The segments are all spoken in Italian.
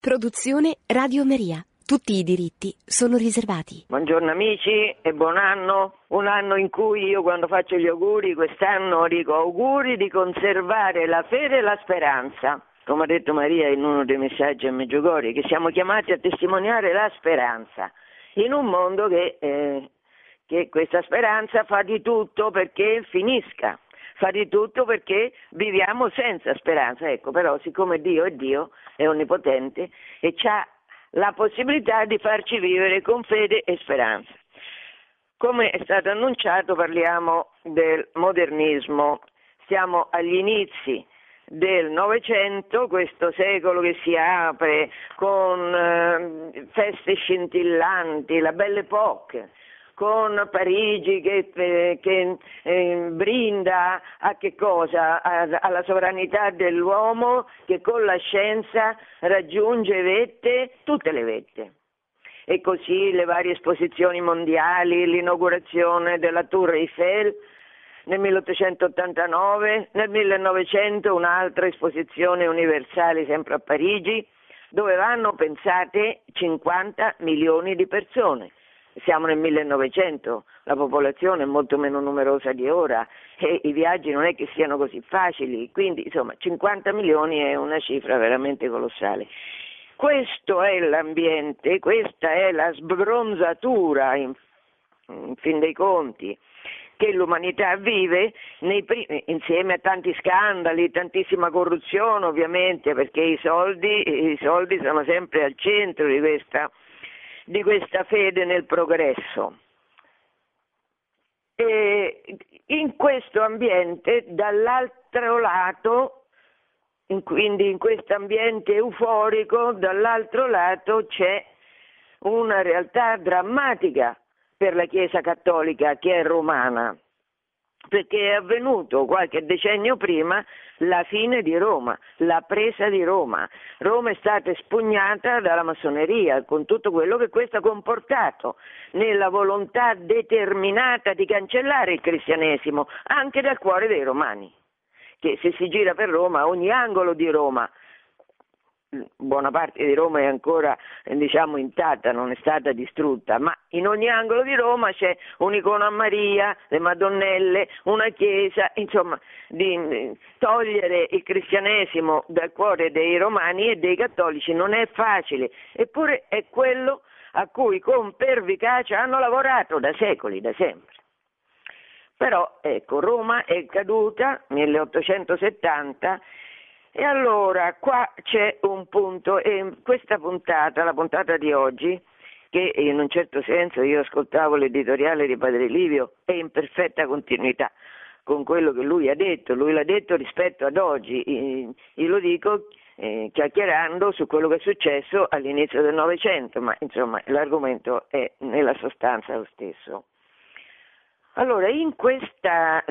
Produzione Radio Maria. Tutti i diritti sono riservati. Buongiorno amici e buon anno. Un anno in cui io quando faccio gli auguri, quest'anno dico auguri di conservare la fede e la speranza. Come ha detto Maria in uno dei messaggi a Meggiugorje, che siamo chiamati a testimoniare la speranza in un mondo che questa speranza fa di tutto perché finisca. Fa di tutto perché viviamo senza speranza, ecco, però siccome Dio è onnipotente e ha la possibilità di farci vivere con fede e speranza. Come è stato annunciato parliamo del modernismo, siamo agli inizi del Novecento, questo secolo che si apre con feste scintillanti, la Belle Époque, con Parigi che brinda a che cosa? Alla sovranità dell'uomo che con la scienza raggiunge tutte le vette. E così le varie esposizioni mondiali, l'inaugurazione della Tour Eiffel nel 1889, nel 1900 un'altra esposizione universale sempre a Parigi, dove vanno, pensate, 50 milioni di persone. Siamo nel 1900, la popolazione è molto meno numerosa di ora e i viaggi non è che siano così facili, quindi insomma 50 milioni è una cifra veramente colossale. Questo è l'ambiente, questa è la sbronzatura in fin dei conti che l'umanità vive insieme a tanti scandali, tantissima corruzione ovviamente, perché i soldi sono sempre al centro di questa fede nel progresso. E in questo ambiente, dall'altro lato, quindi in questo ambiente euforico, dall'altro lato c'è una realtà drammatica per la Chiesa Cattolica che è romana, perché è avvenuto qualche decennio prima la fine di Roma, la presa di Roma. Roma è stata espugnata dalla massoneria, con tutto quello che questo ha comportato nella volontà determinata di cancellare il cristianesimo anche dal cuore dei romani, che se si gira per Roma, ogni angolo di Roma, buona parte di Roma è ancora intatta, non è stata distrutta, ma in ogni angolo di Roma c'è un'icona a Maria, le Madonnelle, una chiesa, insomma di togliere il cristianesimo dal cuore dei romani e dei cattolici non è facile, eppure è quello a cui con pervicacia hanno lavorato da secoli, da sempre. Però ecco, Roma è caduta nel 1870. E allora qua c'è un punto, e questa puntata, la puntata di oggi, che in un certo senso io ascoltavo l'editoriale di Padre Livio, è in perfetta continuità con quello che lui ha detto. Lui l'ha detto rispetto ad oggi, io lo dico chiacchierando su quello che è successo all'inizio del Novecento, ma insomma l'argomento è nella sostanza lo stesso. Allora, in questa,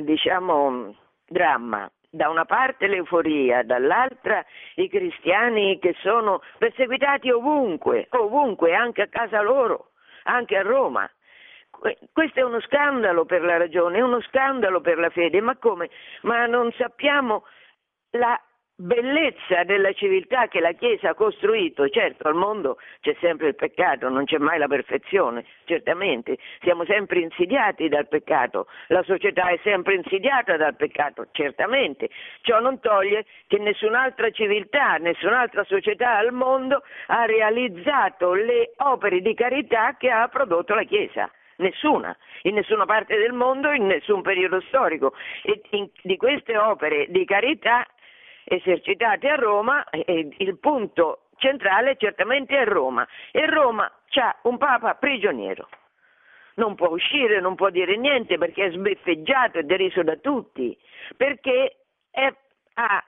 dramma, da una parte l'euforia, dall'altra i cristiani che sono perseguitati ovunque, anche a casa loro, anche a Roma. Questo è uno scandalo per la ragione, è uno scandalo per la fede, ma come? Ma non sappiamo la bellezza della civiltà che la Chiesa ha costruito. Certo, al mondo c'è sempre il peccato, non c'è mai la perfezione, certamente, siamo sempre insidiati dal peccato, la società è sempre insidiata dal peccato, certamente, ciò non toglie che nessun'altra civiltà, nessun'altra società al mondo ha realizzato le opere di carità che ha prodotto la Chiesa. Nessuna, in nessuna parte del mondo, in nessun periodo storico, e di queste opere di carità esercitate a Roma, il punto centrale certamente è Roma, e Roma c'ha un Papa prigioniero, non può uscire, non può dire niente perché è sbeffeggiato e deriso da tutti, perché ha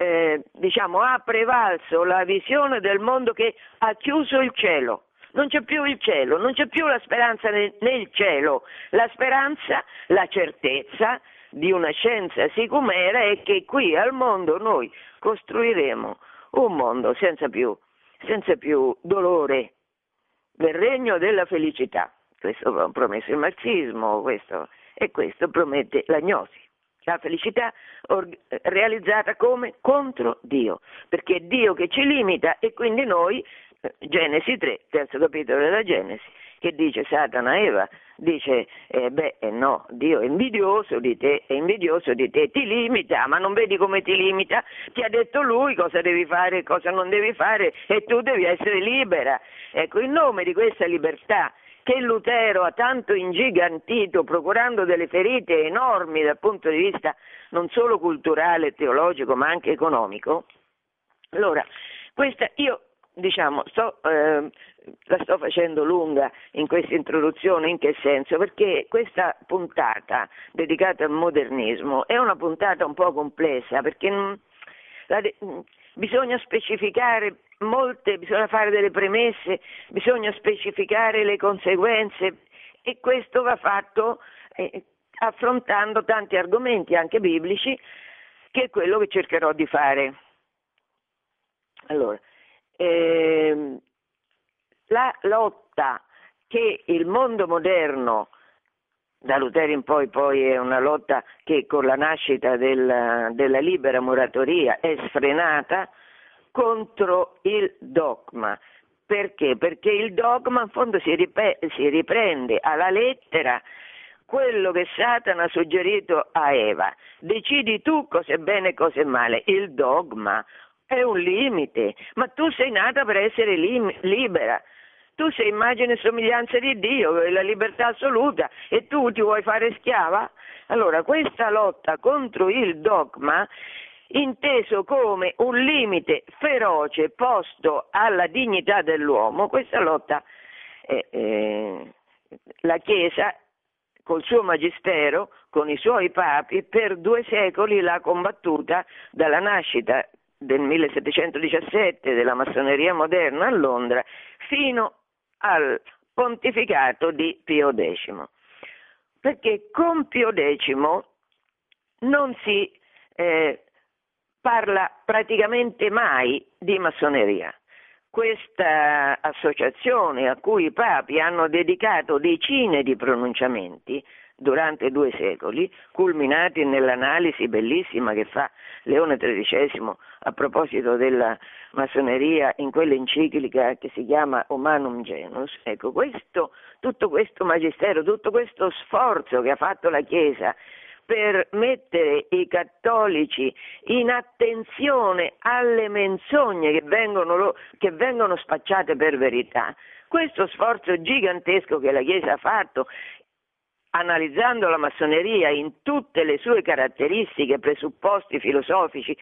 prevalso la visione del mondo che ha chiuso il cielo. Non c'è più il cielo, non c'è più la speranza nel cielo, la speranza, la certezza di una scienza sicumera è che qui al mondo noi costruiremo un mondo senza più dolore, del regno della felicità. Questo ha promesso il marxismo, questo promette l'agnosi. La felicità realizzata come? Contro Dio, perché è Dio che ci limita e quindi noi, Genesi 3, terzo capitolo della Genesi, che dice Satana a Eva, dice no, Dio è invidioso di te, ti limita, ma non vedi come ti limita? Ti ha detto lui cosa devi fare e cosa non devi fare e tu devi essere libera. Ecco, in nome di questa libertà che Lutero ha tanto ingigantito, procurando delle ferite enormi dal punto di vista non solo culturale e teologico, ma anche economico. Allora, questa io la sto facendo lunga in questa introduzione, in che senso? Perché questa puntata dedicata al modernismo è una puntata un po' complessa, perché bisogna specificare bisogna fare delle premesse, bisogna specificare le conseguenze e questo va fatto affrontando tanti argomenti anche biblici, che è quello che cercherò di fare. Allora, la lotta che il mondo moderno, da Lutero in poi è una lotta che con la nascita della libera moratoria è sfrenata contro il dogma. Perché? Perché il dogma in fondo si riprende alla lettera quello che Satana ha suggerito a Eva. Decidi tu cosa è bene e cosa è male. Il dogma è un limite, ma tu sei nata per essere libera. Tu sei immagine e somiglianza di Dio, la libertà assoluta, e tu ti vuoi fare schiava? Allora, questa lotta contro il dogma, inteso come un limite feroce posto alla dignità dell'uomo, questa lotta la Chiesa col suo magistero, con i suoi papi, per 2 secoli l'ha combattuta dalla nascita del 1717 della massoneria moderna a Londra fino al pontificato di Pio X. Perché con Pio X non si parla praticamente mai di massoneria. Questa associazione a cui i papi hanno dedicato decine di pronunciamenti durante 2 secoli, culminati nell'analisi bellissima che fa Leone XIII a proposito della massoneria in quell'enciclica che si chiama Humanum Genus. Ecco, tutto questo magistero, tutto questo sforzo che ha fatto la Chiesa per mettere i cattolici in attenzione alle menzogne che vengono spacciate per verità, questo sforzo gigantesco che la Chiesa ha fatto, analizzando la massoneria in tutte le sue caratteristiche, presupposti filosofici,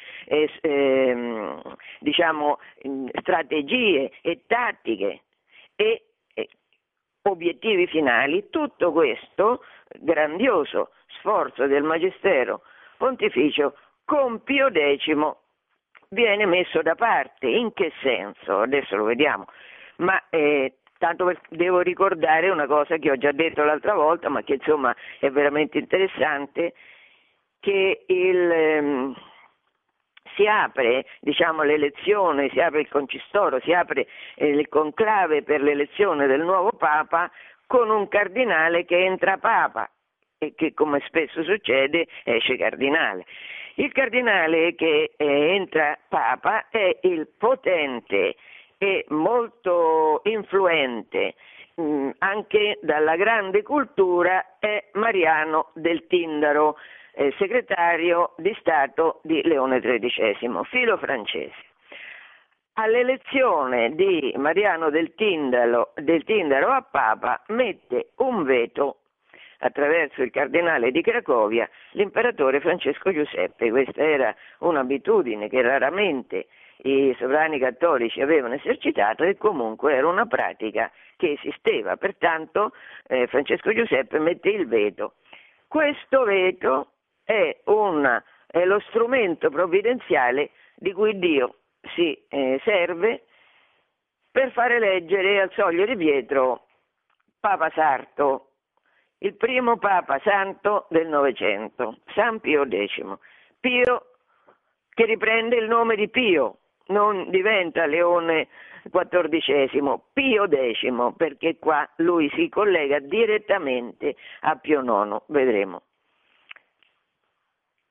strategie e tattiche e obiettivi finali, tutto questo grandioso sforzo del Magistero Pontificio con Pio X viene messo da parte. In che senso? Adesso lo vediamo, ma devo ricordare una cosa che ho già detto l'altra volta, ma che insomma è veramente interessante, che si apre l'elezione, si apre il concistoro, si apre il conclave per l'elezione del nuovo Papa con un cardinale che entra Papa e che, come spesso succede, esce cardinale. Il cardinale che entra Papa è il potente e molto influente, anche dalla grande cultura, è Mariano del Tindaro, segretario di Stato di Leone XIII, filo francese. All'elezione di Mariano del Tindaro a Papa mette un veto attraverso il cardinale di Cracovia l'imperatore Francesco Giuseppe. Questa era un'abitudine che raramente i sovrani cattolici avevano esercitato e comunque era una pratica che esisteva, pertanto Francesco Giuseppe mette il veto. Questo veto è lo strumento provvidenziale di cui Dio si serve per far eleggere al Soglio di Pietro Papa Sarto, il primo Papa Santo del Novecento, San Pio X. Pio che riprende il nome di Pio, non diventa Leone XIV, Pio X, perché qua lui si collega direttamente a Pio IX, vedremo.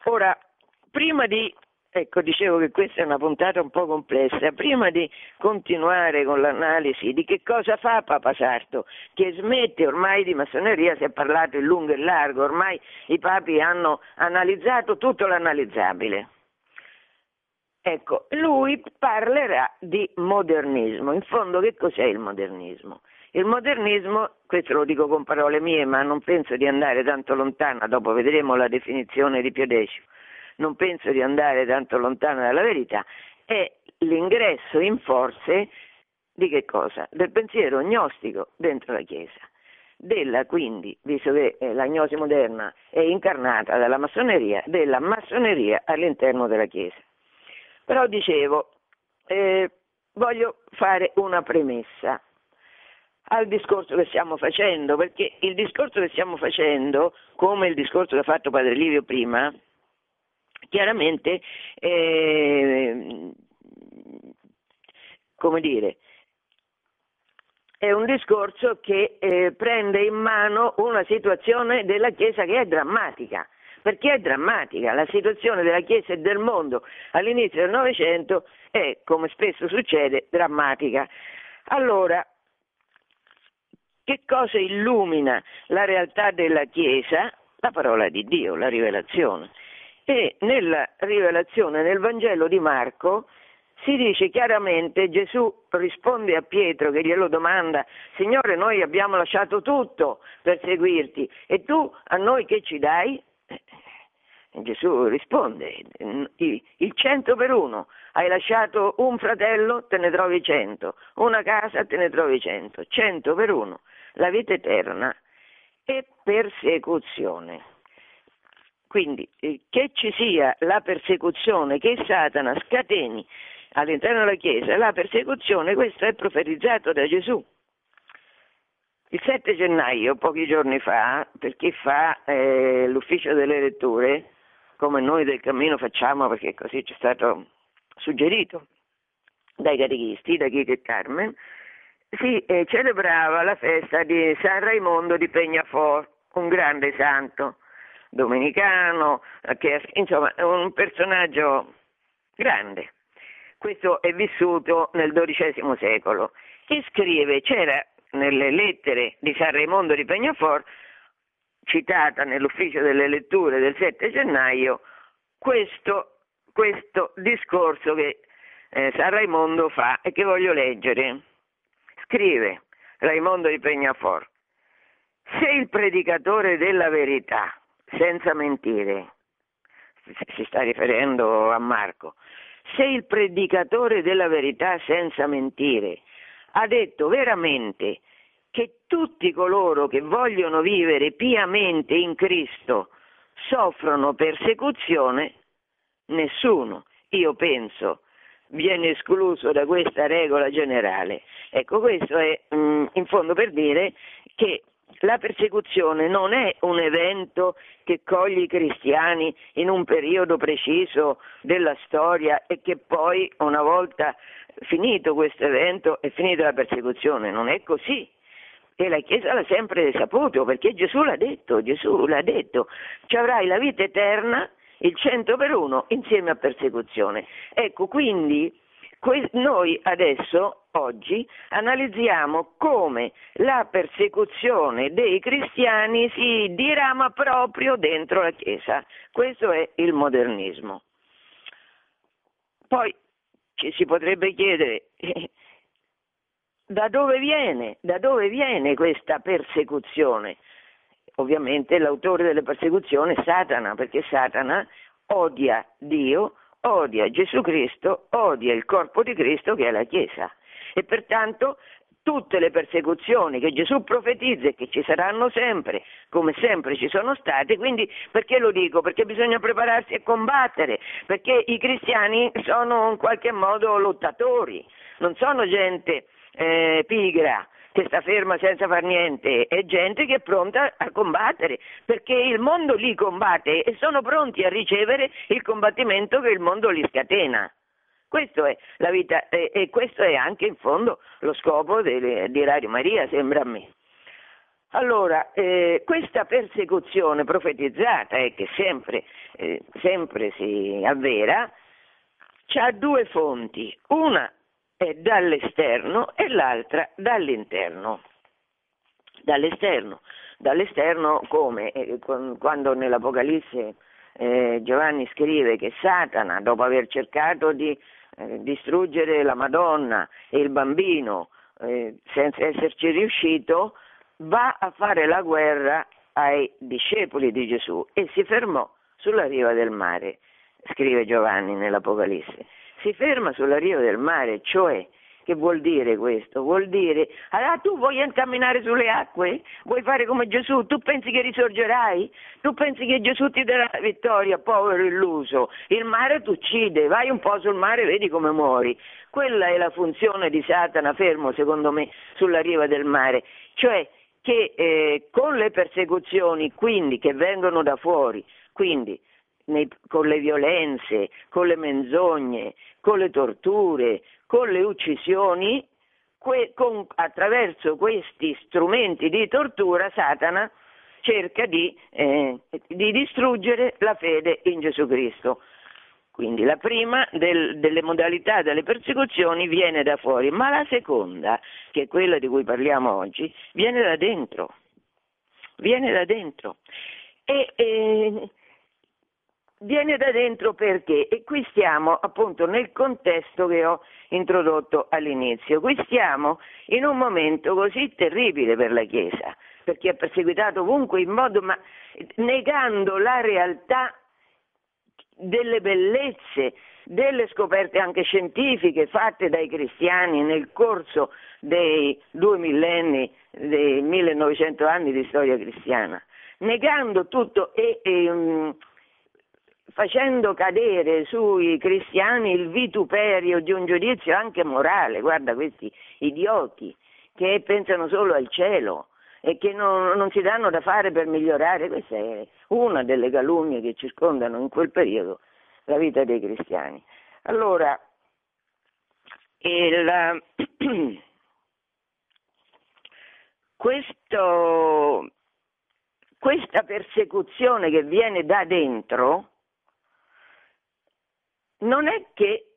Ora, prima di, ecco, dicevo che questa è una puntata un po' complessa, prima di continuare con l'analisi di che cosa fa Papa Sarto, che smette ormai di massoneria, si è parlato in lungo e largo, ormai i papi hanno analizzato tutto l'analizzabile. Ecco, lui parlerà di modernismo. In fondo che cos'è il modernismo? Il modernismo, questo lo dico con parole mie, ma non penso di andare tanto lontano, dopo vedremo la definizione di Pio X, non penso di andare tanto lontano dalla verità, è l'ingresso in forze di che cosa? Del pensiero gnostico dentro la Chiesa. Quindi, visto che la gnosi moderna è incarnata dalla massoneria, della massoneria all'interno della Chiesa. Però dicevo, voglio fare una premessa al discorso che stiamo facendo, perché il discorso che stiamo facendo, come il discorso che ha fatto Padre Livio prima, chiaramente, come dire, è un discorso che prende in mano una situazione della Chiesa che è drammatica. Perché è drammatica, la situazione della Chiesa e del mondo all'inizio del Novecento è, come spesso succede, drammatica. Allora, che cosa illumina la realtà della Chiesa? La parola di Dio, la rivelazione. E nella rivelazione, nel Vangelo di Marco, si dice chiaramente, Gesù risponde a Pietro che glielo domanda: Signore, noi abbiamo lasciato tutto per seguirti e tu a noi che ci dai? Gesù risponde, il 100 per 1, hai lasciato un fratello, te ne trovi 100, una casa, te ne trovi 100, 100 per 1, la vita eterna e persecuzione. Quindi che ci sia la persecuzione, che Satana scateni all'interno della Chiesa la persecuzione, questo è profetizzato da Gesù. Il 7 gennaio, pochi giorni fa, per chi fa l'ufficio delle letture, come noi del Cammino facciamo, perché così ci è stato suggerito dai catechisti, da Chico e Carmen, si celebrava la festa di San Raimondo di Peñafort, un grande santo domenicano, che insomma è un personaggio grande. Questo è vissuto nel XII secolo. Chi scrive, c'era nelle lettere di San Raimondo di Peñafort, citata nell'ufficio delle letture del 7 gennaio, questo discorso che San Raimondo fa e che voglio leggere. Scrive Raimondo di Peñafort: se il predicatore della verità, senza mentire, si sta riferendo a Marco, se il predicatore della verità senza mentire ha detto veramente che tutti coloro che vogliono vivere piamente in Cristo soffrono persecuzione, nessuno, io penso, viene escluso da questa regola generale. Ecco, questo è in fondo per dire che la persecuzione non è un evento che coglie i cristiani in un periodo preciso della storia e che poi, una volta finito questo evento, è finita la persecuzione. Non è così. E la Chiesa l'ha sempre saputo, perché Gesù l'ha detto, ci avrai la vita eterna, il 100 per 1, insieme a persecuzione. Ecco, quindi noi adesso, oggi, analizziamo come la persecuzione dei cristiani si dirama proprio dentro la Chiesa. Questo è il modernismo. Poi ci si potrebbe chiedere da dove viene questa persecuzione? Ovviamente l'autore delle persecuzioni è Satana, perché Satana odia Dio, odia Gesù Cristo, odia il corpo di Cristo che è la Chiesa. E pertanto tutte le persecuzioni che Gesù profetizza e che ci saranno sempre, come sempre ci sono state, quindi perché lo dico? Perché bisogna prepararsi a combattere, perché i cristiani sono in qualche modo lottatori, non sono gente pigra che sta ferma senza far niente, è gente che è pronta a combattere, perché il mondo li combatte e sono pronti a ricevere il combattimento che il mondo li scatena. Questo è la vita e questo è anche in fondo lo scopo di Radio Maria, sembra a me. Allora, questa persecuzione profetizzata che sempre si avvera, c'ha due fonti, una è dall'esterno e l'altra dall'interno. Dall'esterno come? Quando nell'Apocalisse Giovanni scrive che Satana, dopo aver cercato di distruggere la Madonna e il bambino senza esserci riuscito, va a fare la guerra ai discepoli di Gesù e si fermò sulla riva del mare, scrive Giovanni nell'Apocalisse. Si ferma sulla riva del mare, cioè, che vuol dire questo? Vuol dire, allora tu vuoi camminare sulle acque? Vuoi fare come Gesù? Tu pensi che risorgerai? Tu pensi che Gesù ti darà la vittoria? Povero illuso, il mare ti uccide, vai un po' sul mare e vedi come muori. Quella è la funzione di Satana fermo, secondo me, sulla riva del mare, cioè che con le persecuzioni, quindi, che vengono da fuori, quindi con le violenze, con le menzogne, con le torture, con le uccisioni, attraverso questi strumenti di tortura Satana cerca di distruggere la fede in Gesù Cristo. Quindi la prima delle modalità delle persecuzioni viene da fuori, ma la seconda, che è quella di cui parliamo oggi, viene da dentro. Viene da dentro. Viene da dentro perché? E qui stiamo appunto nel contesto che ho introdotto all'inizio. Qui stiamo in un momento così terribile per la Chiesa, perché è perseguitato ovunque in modo, ma negando la realtà delle bellezze, delle scoperte anche scientifiche fatte dai cristiani nel corso dei 2 millenni, dei 1900 anni di storia cristiana, negando tutto e facendo cadere sui cristiani il vituperio di un giudizio anche morale. Guarda questi idioti che pensano solo al cielo e che non si danno da fare per migliorare. Questa è una delle calunnie che circondano in quel periodo la vita dei cristiani. Allora, questa persecuzione che viene da dentro non è che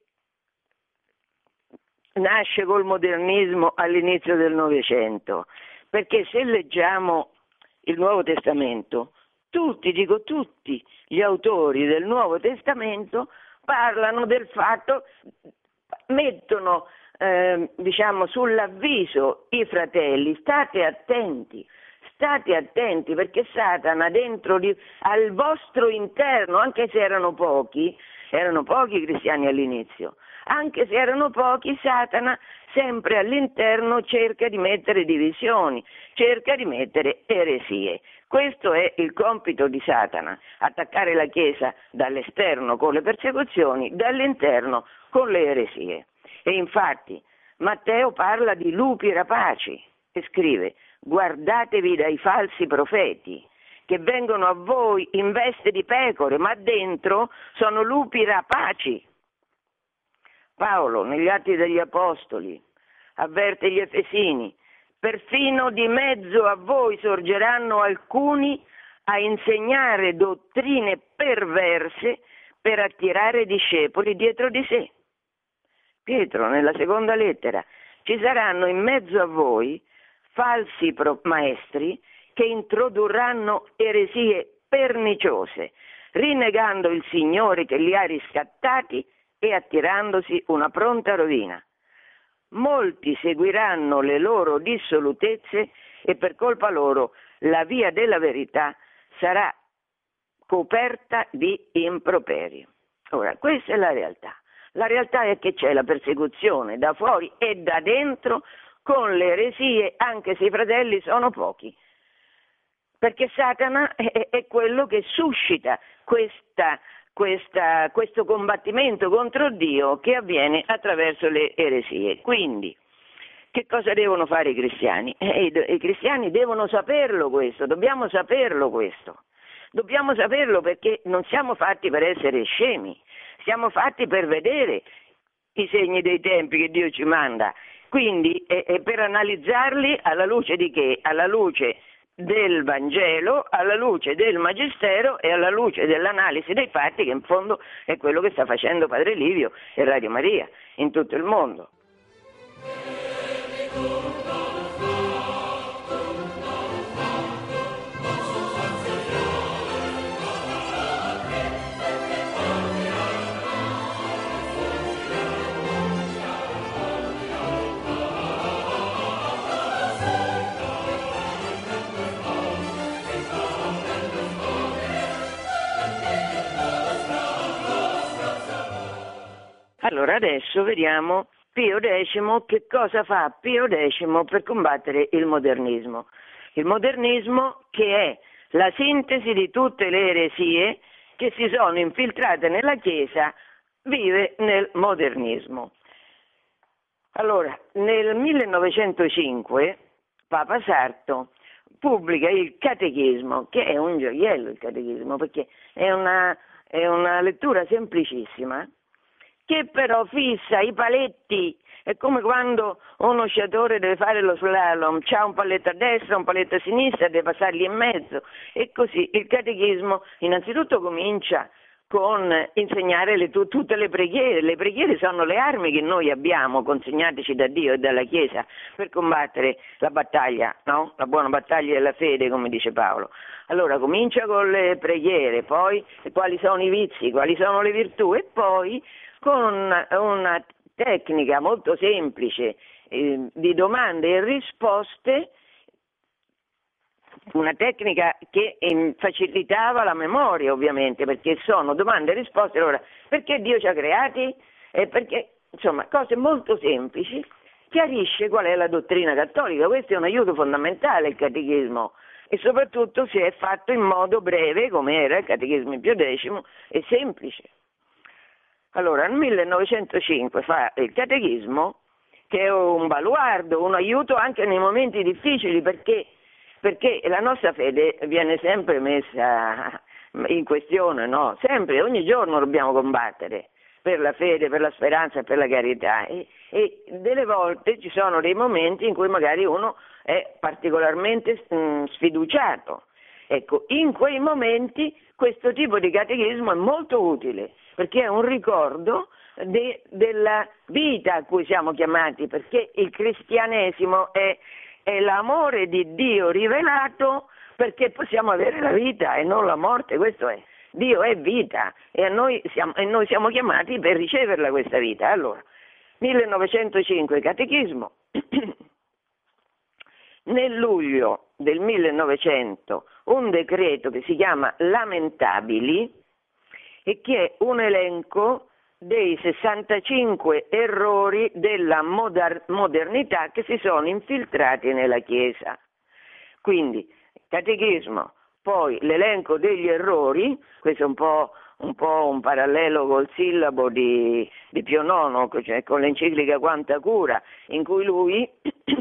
nasce col modernismo all'inizio del Novecento, perché se leggiamo il Nuovo Testamento, tutti gli autori del Nuovo Testamento parlano del fatto, mettono sull'avviso i fratelli, state attenti perché Satana dentro al vostro interno, anche se erano pochi i cristiani all'inizio, anche se erano pochi, Satana sempre all'interno cerca di mettere divisioni, cerca di mettere eresie. Questo è il compito di Satana, attaccare la Chiesa dall'esterno con le persecuzioni, dall'interno con le eresie. E infatti Matteo parla di lupi rapaci e scrive: guardatevi dai falsi profeti che vengono a voi in veste di pecore, ma dentro sono lupi rapaci. Paolo, negli Atti degli Apostoli, avverte gli Efesini: perfino di mezzo a voi sorgeranno alcuni a insegnare dottrine perverse per attirare discepoli dietro di sé. Pietro, nella seconda lettera: ci saranno in mezzo a voi falsi maestri che introdurranno eresie perniciose, rinnegando il Signore che li ha riscattati e attirandosi una pronta rovina. Molti seguiranno le loro dissolutezze e per colpa loro la via della verità sarà coperta di improperio. Ora, questa è la realtà. La realtà è che c'è la persecuzione da fuori e da dentro con le eresie, anche se i fratelli sono pochi. Perché Satana è quello che suscita questo combattimento contro Dio che avviene attraverso le eresie. Quindi, che cosa devono fare i cristiani? I cristiani devono saperlo questo, dobbiamo saperlo questo. Dobbiamo saperlo perché non siamo fatti per essere scemi, siamo fatti per vedere i segni dei tempi che Dio ci manda. Quindi per analizzarli alla luce di che? Alla luce del Vangelo, alla luce del Magistero e alla luce dell'analisi dei fatti, che in fondo è quello che sta facendo Padre Livio e Radio Maria in tutto il mondo. Allora adesso vediamo Pio X, che cosa fa Pio X per combattere il modernismo. Il modernismo che è la sintesi di tutte le eresie che si sono infiltrate nella Chiesa, vive nel modernismo. Allora, nel 1905 Papa Sarto pubblica il Catechismo, che è un gioiello il Catechismo, perché è una lettura semplicissima, che però fissa i paletti. È come quando uno sciatore deve fare lo slalom, c'ha un paletto a destra, un paletto a sinistra, deve passarli in mezzo, e così il catechismo innanzitutto comincia con insegnare tutte le preghiere. Le preghiere sono le armi che noi abbiamo consegnateci da Dio e dalla Chiesa per combattere la battaglia, no? La buona battaglia della fede, come dice Paolo. Allora comincia con le preghiere, poi quali sono i vizi, quali sono le virtù, e poi con una tecnica molto semplice di domande e risposte, una tecnica che facilitava la memoria, ovviamente, perché sono domande e risposte. Allora, perché Dio ci ha creati? E perché, insomma, cose molto semplici, chiarisce qual è la dottrina cattolica. Questo è un aiuto fondamentale, il catechismo, e soprattutto se è fatto in modo breve, come era il catechismo di Pio X, e semplice. Allora, nel 1905 fa il catechismo, che è un baluardo, un aiuto anche nei momenti difficili, perché la nostra fede viene sempre messa in questione, no? Sempre, ogni giorno dobbiamo combattere per la fede, per la speranza e per la carità, e delle volte ci sono dei momenti in cui magari uno è particolarmente sfiduciato. Ecco, in quei momenti questo tipo di catechismo è molto utile, perché è un ricordo della vita a cui siamo chiamati, perché il cristianesimo è l'amore di Dio rivelato, perché possiamo avere la vita e non la morte. Questo è, Dio è vita e noi siamo chiamati per riceverla questa vita. Allora, 1905 catechismo. Nel luglio del 1900 un decreto che si chiama Lamentabili, e che è un elenco dei 65 errori della modernità che si sono infiltrati nella Chiesa. Quindi, catechismo, poi l'elenco degli errori, questo è un po' un parallelo col sillabo di Pio IX, cioè con l'enciclica Quanta Cura, in cui lui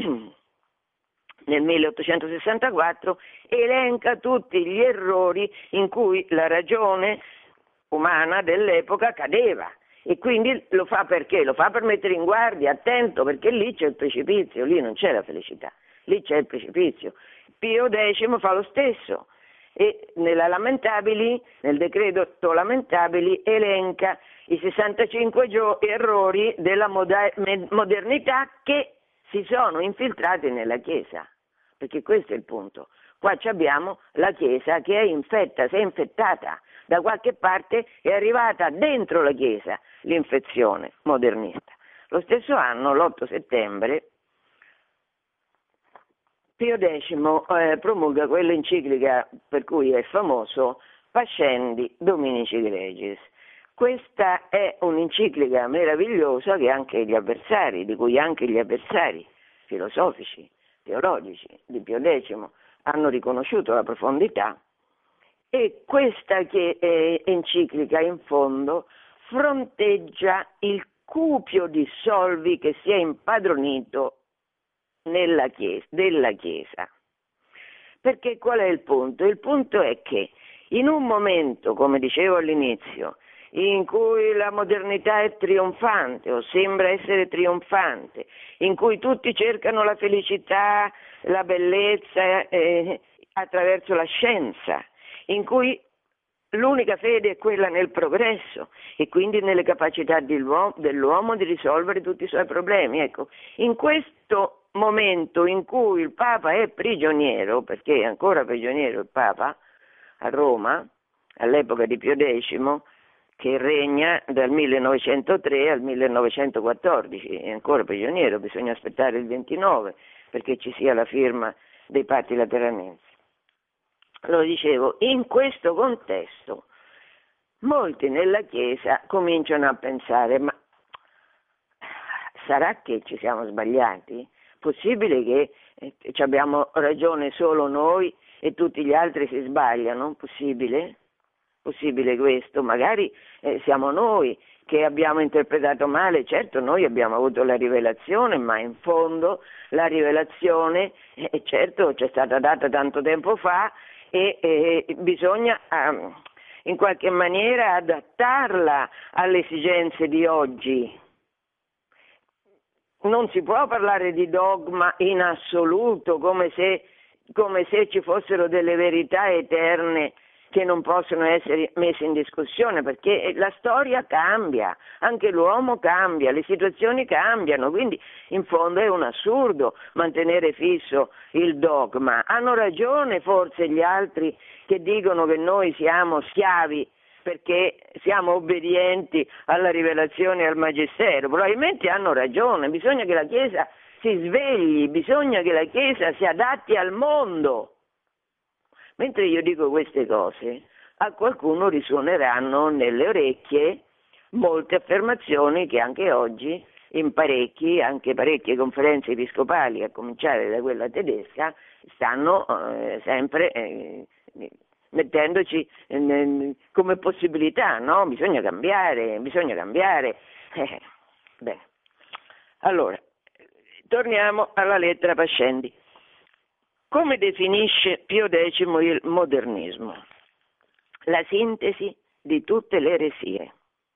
nel 1864 elenca tutti gli errori in cui la ragione umana dell'epoca cadeva, e quindi lo fa perché? Lo fa per mettere in guardia, attento, perché lì c'è il precipizio, lì non c'è la felicità, lì c'è il precipizio. Pio X fa lo stesso, e nel decreto Lamentabili elenca i 65 errori della modernità che si sono infiltrati nella Chiesa, perché questo è il punto. Qua abbiamo la Chiesa che è infetta, si è infettata, da qualche parte è arrivata dentro la Chiesa l'infezione modernista. Lo stesso anno, l'8 settembre, Pio X promulga quell'enciclica per cui è famoso, Pascendi Dominici Gregis. Questa è un'enciclica meravigliosa che di cui anche gli avversari filosofici, teologici di Pio X hanno riconosciuto la profondità, e questa enciclica in fondo fronteggia il cupio di solvi che si è impadronito della Chiesa. Perché qual è il punto? Il punto è che in un momento, come dicevo all'inizio, in cui la modernità è trionfante o sembra essere trionfante, in cui tutti cercano la felicità, la bellezza, attraverso la scienza, in cui l'unica fede è quella nel progresso e quindi nelle capacità dell'uomo di risolvere tutti i suoi problemi. Ecco, in questo momento in cui il Papa è prigioniero, perché è ancora prigioniero il Papa a Roma, all'epoca di Pio X, che regna dal 1903 al 1914, è ancora prigioniero, bisogna aspettare il 29 perché ci sia la firma dei patti lateranensi. Lo dicevo, in questo contesto molti nella Chiesa cominciano a pensare, ma sarà che ci siamo sbagliati? Possibile che ci abbiamo ragione solo noi e tutti gli altri si sbagliano? Possibile? Possibile questo? Magari siamo noi che abbiamo interpretato male, certo noi abbiamo avuto la rivelazione, ma in fondo la rivelazione certo ci è stata data tanto tempo fa e bisogna in qualche maniera adattarla alle esigenze di oggi. Non si può parlare di dogma in assoluto come se ci fossero delle verità eterne che non possono essere messe in discussione, perché la storia cambia, anche l'uomo cambia, le situazioni cambiano, quindi in fondo è un assurdo mantenere fisso il dogma. Hanno ragione forse gli altri che dicono che noi siamo schiavi perché siamo obbedienti alla rivelazione e al magistero, probabilmente hanno ragione, bisogna che la Chiesa si svegli, bisogna che la Chiesa si adatti al mondo. Mentre io dico queste cose, a qualcuno risuoneranno nelle orecchie molte affermazioni che anche oggi in anche parecchie conferenze episcopali, a cominciare da quella tedesca, stanno sempre mettendoci come possibilità, no? Bisogna cambiare. Bene. Allora, torniamo alla lettera Pascendi. Come definisce Pio X il modernismo? La sintesi di tutte le eresie.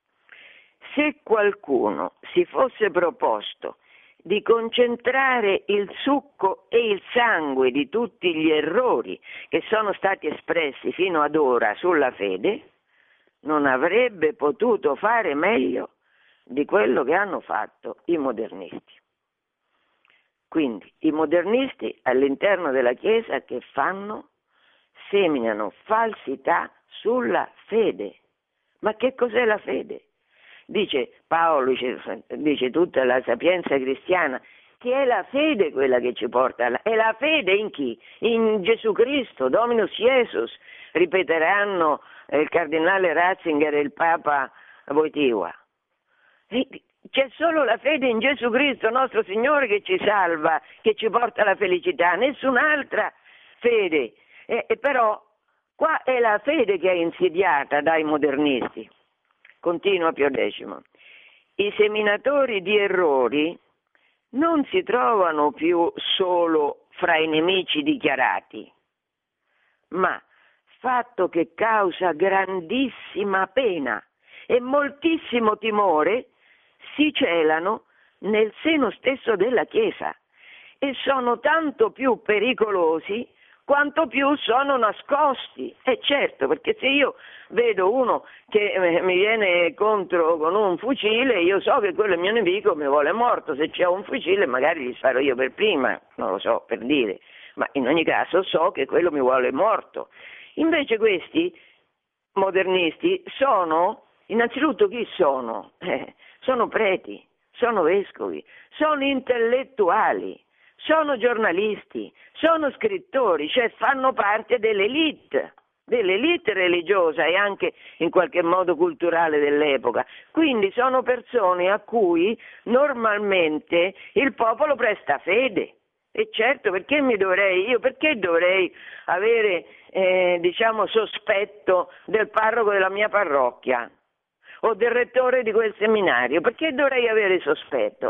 Se qualcuno si fosse proposto di concentrare il succo e il sangue di tutti gli errori che sono stati espressi fino ad ora sulla fede, non avrebbe potuto fare meglio di quello che hanno fatto i modernisti. Quindi i modernisti all'interno della Chiesa che fanno? Seminano falsità sulla fede. Ma che cos'è la fede? Dice Paolo, dice tutta la sapienza cristiana, che è la fede quella che ci porta. È la fede in chi? In Gesù Cristo, Dominus Jesus, ripeteranno il cardinale Ratzinger e il Papa Wojtyła. C'è solo la fede in Gesù Cristo, nostro Signore, che ci salva, che ci porta alla felicità, nessun'altra fede. Però qua è la fede che è insidiata dai modernisti. Continua Pio X. I seminatori di errori non si trovano più solo fra i nemici dichiarati, ma fatto che causa grandissima pena e moltissimo timore si celano nel seno stesso della Chiesa e sono tanto più pericolosi quanto più sono nascosti. E certo, perché se io vedo uno che mi viene contro con un fucile, io so che quello è il mio nemico, mi vuole morto. Se c'è un fucile magari gli sparo io per prima, non lo so, per dire, ma in ogni caso so che quello mi vuole morto. Invece questi modernisti sono, innanzitutto chi sono? Sono preti, sono vescovi, sono intellettuali, sono giornalisti, sono scrittori, cioè fanno parte dell'elite religiosa e anche in qualche modo culturale dell'epoca. Quindi sono persone a cui normalmente il popolo presta fede. E certo, perché dovrei avere sospetto del parroco della mia parrocchia o del rettore di quel seminario? Perché dovrei avere sospetto?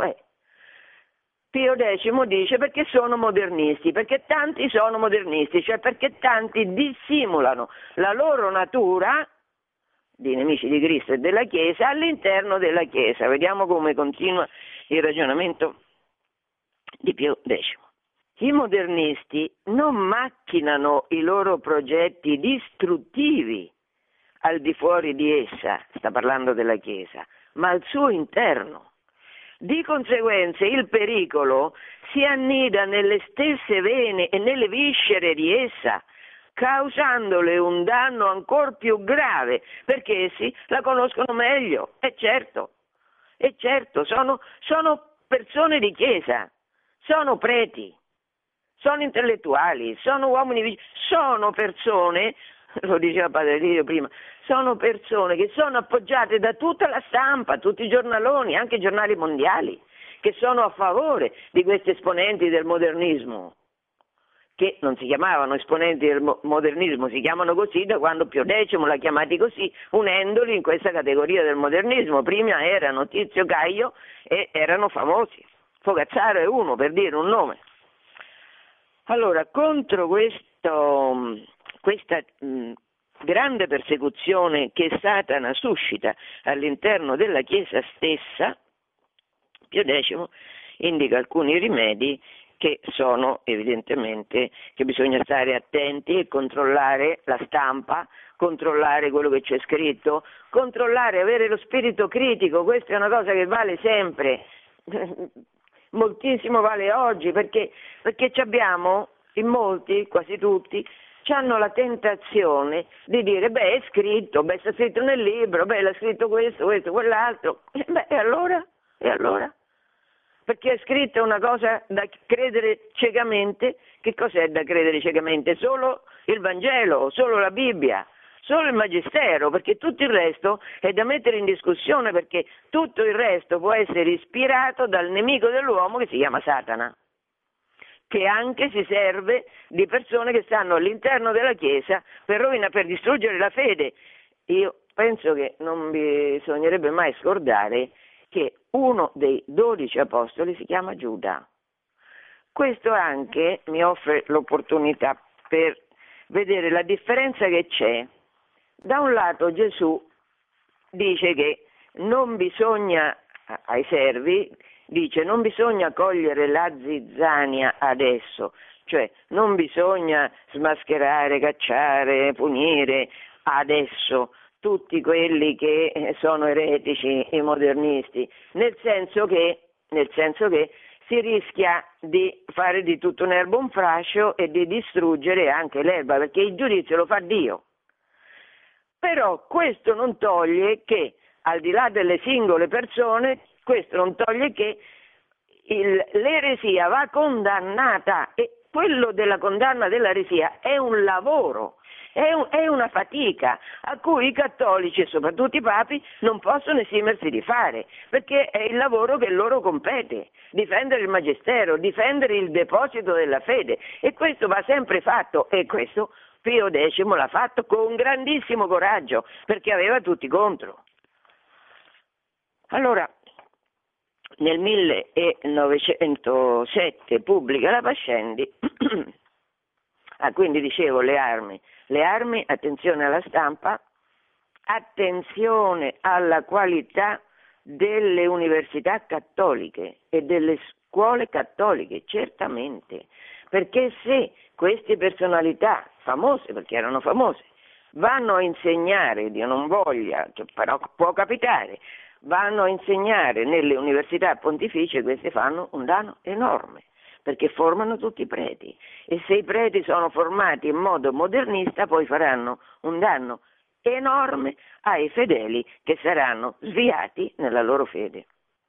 Pio X dice perché sono modernisti, perché tanti sono modernisti, cioè perché tanti dissimulano la loro natura di nemici di Cristo e della Chiesa all'interno della Chiesa. Vediamo come continua il ragionamento di Pio X. I modernisti non macchinano i loro progetti distruttivi al di fuori di essa, sta parlando della Chiesa, ma al suo interno. Di conseguenza il pericolo si annida nelle stesse vene e nelle viscere di essa, causandole un danno ancor più grave, perché essi la conoscono meglio, è certo, sono persone di Chiesa, sono preti, sono intellettuali, sono uomini, sono persone, lo diceva Padre Lirio prima, sono persone che sono appoggiate da tutta la stampa, tutti i giornaloni, anche i giornali mondiali, che sono a favore di questi esponenti del modernismo, che non si chiamavano esponenti del modernismo, si chiamano così da quando Pio X l'ha chiamati così, unendoli in questa categoria del modernismo. Prima erano Tizio Caio e erano famosi, Fogazzaro è uno, per dire un nome. Allora, contro questa grande persecuzione che Satana suscita all'interno della Chiesa stessa, Pio X indica alcuni rimedi che sono evidentemente che bisogna stare attenti e controllare la stampa, controllare quello che c'è scritto, controllare, avere lo spirito critico. Questa è una cosa che vale sempre, moltissimo vale oggi, perché abbiamo, in molti, quasi tutti, hanno la tentazione di dire è scritto, sta scritto nel libro, l'ha scritto questo, quell'altro, e allora? Perché è scritta una cosa da credere ciecamente. Che cos'è da credere ciecamente? Solo il Vangelo, solo la Bibbia, solo il Magistero, perché tutto il resto è da mettere in discussione, perché tutto il resto può essere ispirato dal nemico dell'uomo che si chiama Satana, che anche si serve di persone che stanno all'interno della Chiesa per distruggere la fede. Io penso che non bisognerebbe mai scordare che uno dei 12 apostoli si chiama Giuda. Questo anche mi offre l'opportunità per vedere la differenza che c'è. Da un lato Gesù dice che non bisogna, ai servi, dice non bisogna cogliere la zizzania adesso, cioè non bisogna smascherare, cacciare, punire adesso tutti quelli che sono eretici e modernisti, nel senso che si rischia di fare di tutto un'erba un fascio e di distruggere anche l'erba, perché il giudizio lo fa Dio. Però questo non toglie che, al di là delle singole persone, questo non toglie che l'eresia va condannata, e quello della condanna dell'eresia è un lavoro, è una fatica a cui i cattolici e soprattutto i papi non possono esimersi di fare, perché è il lavoro che loro compete, difendere il magistero, difendere il deposito della fede, e questo va sempre fatto, e questo Pio X l'ha fatto con grandissimo coraggio, perché aveva tutti contro. Allora, nel 1907 pubblica la Pascendi, quindi dicevo le armi, attenzione alla stampa, attenzione alla qualità delle università cattoliche e delle scuole cattoliche, certamente, perché se queste personalità famose, perché erano famose, vanno a insegnare, Dio non voglia, però può capitare, vanno a insegnare nelle università pontificie, queste fanno un danno enorme, perché formano tutti i preti, e se i preti sono formati in modo modernista poi faranno un danno enorme ai fedeli che saranno sviati nella loro fede.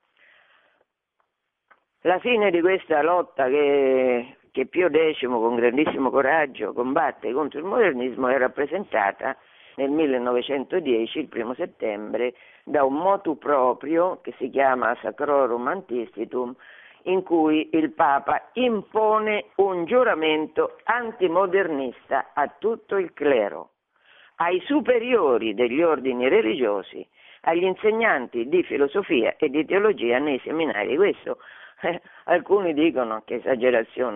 La fine di questa lotta che Pio X con grandissimo coraggio combatte contro il modernismo è rappresentata nel 1910, il 1 settembre, da un motu proprio che si chiama Sacrorum Antistitum, in cui il Papa impone un giuramento antimodernista a tutto il clero, ai superiori degli ordini religiosi, agli insegnanti di filosofia e di teologia nei seminari. Questo alcuni dicono che esagerazione.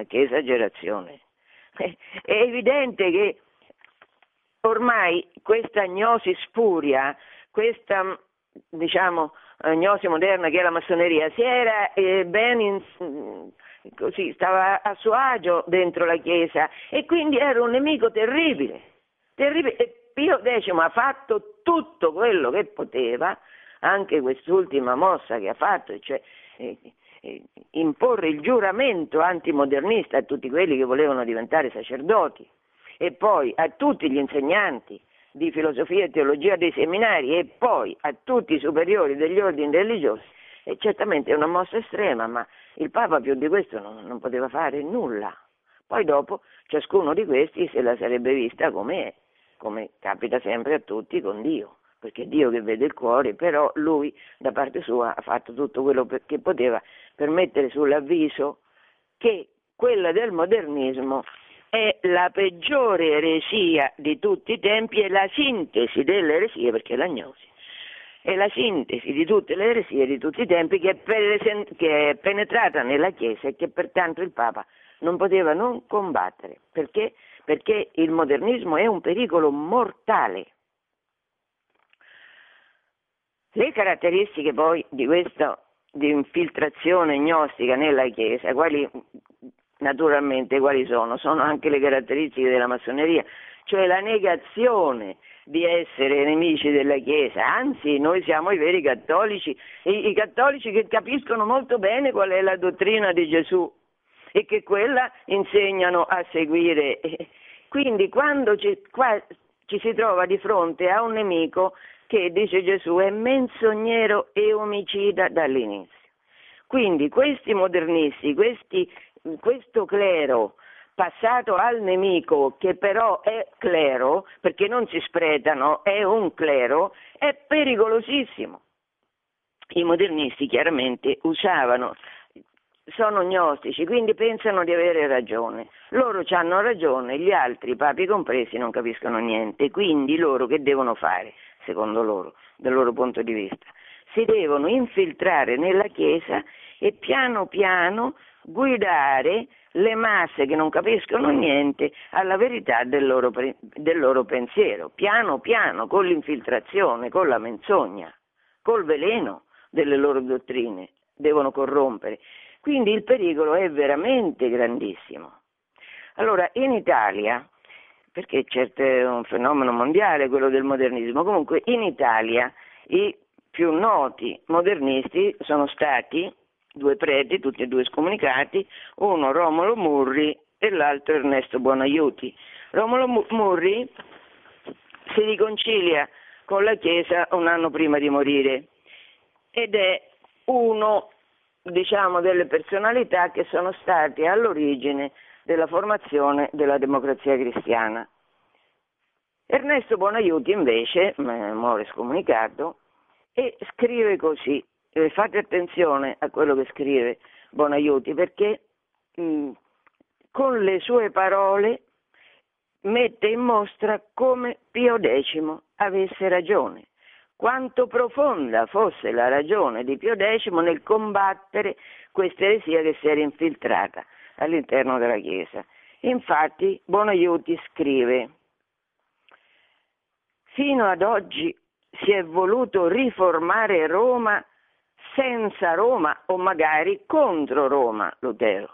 È evidente che ormai questa gnosi spuria, questa gnosi moderna che è la massoneria, si era ben così, stava a suo agio dentro la Chiesa e quindi era un nemico terribile, terribile. E Pio X ha fatto tutto quello che poteva, anche quest'ultima mossa che ha fatto, cioè imporre il giuramento antimodernista a tutti quelli che volevano diventare sacerdoti e poi a tutti gli insegnanti di filosofia e teologia dei seminari e poi a tutti i superiori degli ordini religiosi. E certamente è una mossa estrema, ma il Papa più di questo non poteva fare nulla. Poi dopo ciascuno di questi se la sarebbe vista come capita sempre a tutti con Dio, perché è Dio che vede il cuore, però lui da parte sua ha fatto tutto quello che poteva per mettere sull'avviso che quella del modernismo è la peggiore eresia di tutti i tempi, è la sintesi delle eresie, perché è l'agnosi, è la sintesi di tutte le eresie di tutti i tempi che è penetrata nella Chiesa e che pertanto il Papa non poteva non combattere, perché il modernismo è un pericolo mortale. Le caratteristiche poi di questa di infiltrazione gnostica nella Chiesa, naturalmente quali sono? Sono anche le caratteristiche della massoneria, cioè la negazione di essere nemici della Chiesa, anzi noi siamo i veri cattolici, i cattolici che capiscono molto bene qual è la dottrina di Gesù e che quella insegnano a seguire. Quindi quando ci si trova di fronte a un nemico che, dice Gesù, è menzognero e omicida dall'inizio. Quindi questi modernisti, questo clero passato al nemico, che però è clero, perché non si spretano, è un clero, è pericolosissimo. I modernisti chiaramente sono gnostici, quindi pensano di avere ragione. Loro hanno ragione, gli altri, papi compresi, non capiscono niente. Quindi loro che devono fare, secondo loro, dal loro punto di vista? Si devono infiltrare nella Chiesa e piano piano guidare le masse che non capiscono niente alla verità del loro pensiero. Piano piano, con l'infiltrazione, con la menzogna, col veleno delle loro dottrine, devono corrompere. Quindi il pericolo è veramente grandissimo. Allora, in Italia, perché certo è un fenomeno mondiale quello del modernismo, comunque in Italia i più noti modernisti sono stati due preti, tutti e due scomunicati, uno Romolo Murri e l'altro Ernesto Buonaiuti. Romolo Murri si riconcilia con la Chiesa un anno prima di morire ed è uno, diciamo, delle personalità che sono state all'origine della formazione della Democrazia Cristiana. Ernesto Buonaiuti invece muore scomunicato e scrive così. Fate attenzione a quello che scrive Buonaiuti, perché con le sue parole mette in mostra come Pio X avesse ragione, quanto profonda fosse la ragione di Pio X nel combattere questa eresia che si era infiltrata all'interno della Chiesa. Infatti Buonaiuti scrive: fino ad oggi si è voluto riformare Roma senza Roma o magari contro Roma, Lutero.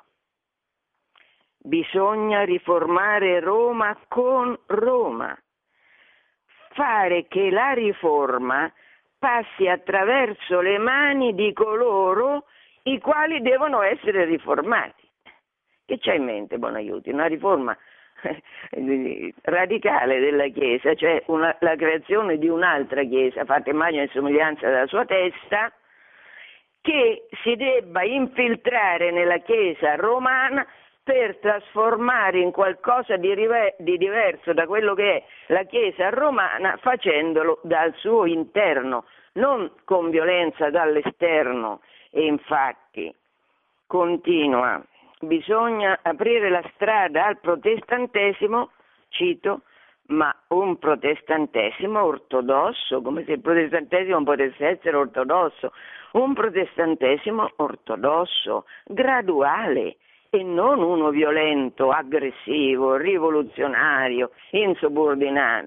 Bisogna riformare Roma con Roma, fare che la riforma passi attraverso le mani di coloro i quali devono essere riformati. Che c'ha in mente Buonaiuti? Una riforma radicale della Chiesa, cioè la creazione di un'altra Chiesa fatta immagine e somiglianza della sua testa, che si debba infiltrare nella Chiesa romana per trasformare in qualcosa di diverso da quello che è la Chiesa romana, facendolo dal suo interno, non con violenza dall'esterno. E infatti continua: bisogna aprire la strada al protestantesimo, cito, ma un protestantesimo ortodosso, come se il protestantesimo potesse essere ortodosso, un protestantesimo ortodosso, graduale, e non uno violento, aggressivo, rivoluzionario, insubordinato.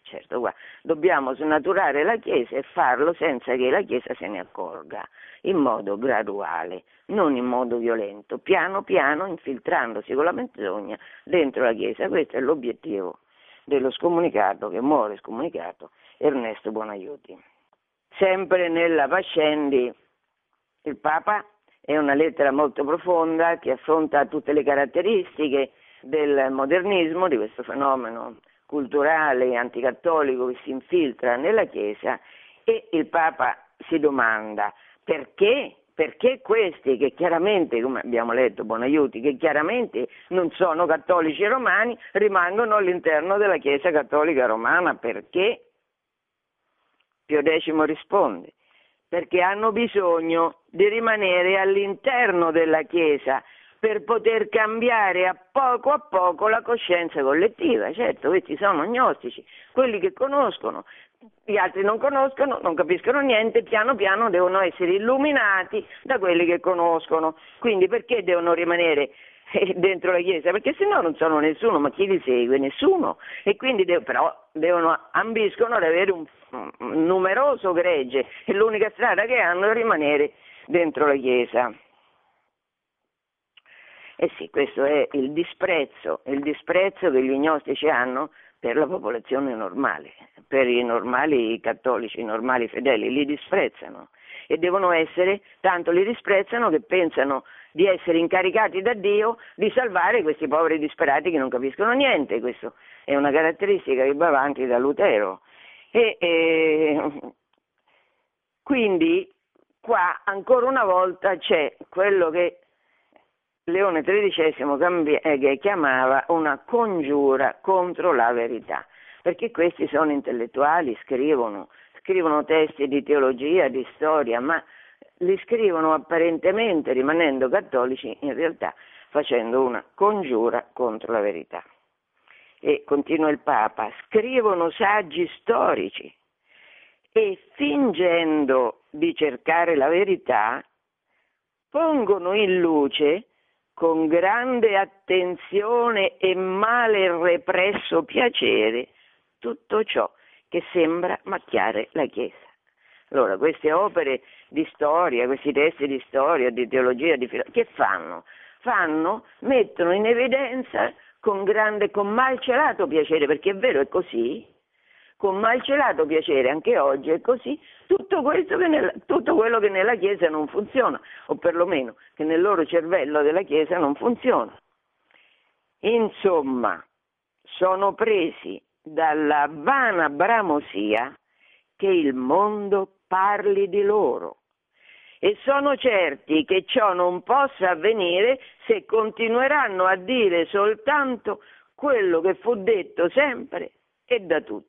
certo, guarda, dobbiamo snaturare la Chiesa e farlo senza che la Chiesa se ne accorga, in modo graduale, non in modo violento, piano piano infiltrandosi con la menzogna dentro la Chiesa. Questo è l'obiettivo dello scomunicato, che muore scomunicato, Ernesto Buonaiuti. Sempre nella Pascendi, il Papa, è una lettera molto profonda che affronta tutte le caratteristiche del modernismo, di questo fenomeno culturale anticattolico che si infiltra nella Chiesa, e il Papa si domanda perché questi, che chiaramente, come abbiamo letto Buonaiuti, che chiaramente non sono cattolici romani, rimangono all'interno della Chiesa cattolica romana. Perché? Pio X risponde: perché hanno bisogno di rimanere all'interno della Chiesa per poter cambiare a poco la coscienza collettiva. Certo, questi sono gnostici, quelli che conoscono, gli altri non conoscono, non capiscono niente, piano piano devono essere illuminati da quelli che conoscono. Quindi perché devono rimanere dentro la Chiesa? Perché se no non sono nessuno, ma chi li segue? Nessuno. E quindi ambiscono ad avere un numeroso gregge, e l'unica strada che hanno è rimanere dentro la Chiesa. Eh sì, questo è il disprezzo che gli gnostici hanno per la popolazione normale, per i normali cattolici, i normali fedeli, li disprezzano e devono essere, tanto li disprezzano che pensano di essere incaricati da Dio di salvare questi poveri disperati che non capiscono niente. Questa è una caratteristica che va avanti da Lutero. Quindi qua ancora una volta c'è quello che Leone XIII chiamava una congiura contro la verità, perché questi sono intellettuali, scrivono testi di teologia, di storia, ma li scrivono apparentemente rimanendo cattolici, in realtà facendo una congiura contro la verità. E continua il Papa: scrivono saggi storici e, fingendo di cercare la verità, pongono in luce con grande attenzione e male represso piacere tutto ciò che sembra macchiare la Chiesa. Allora, queste opere di storia, questi testi di storia, di teologia, che fanno? Mettono in evidenza con malcelato piacere, perché è vero, è così, con malcelato piacere, anche oggi è così, tutto quello che nella Chiesa non funziona, o perlomeno che nel loro cervello della Chiesa non funziona. Insomma, sono presi dalla vana bramosia che il mondo parli di loro e sono certi che ciò non possa avvenire se continueranno a dire soltanto quello che fu detto sempre e da tutti.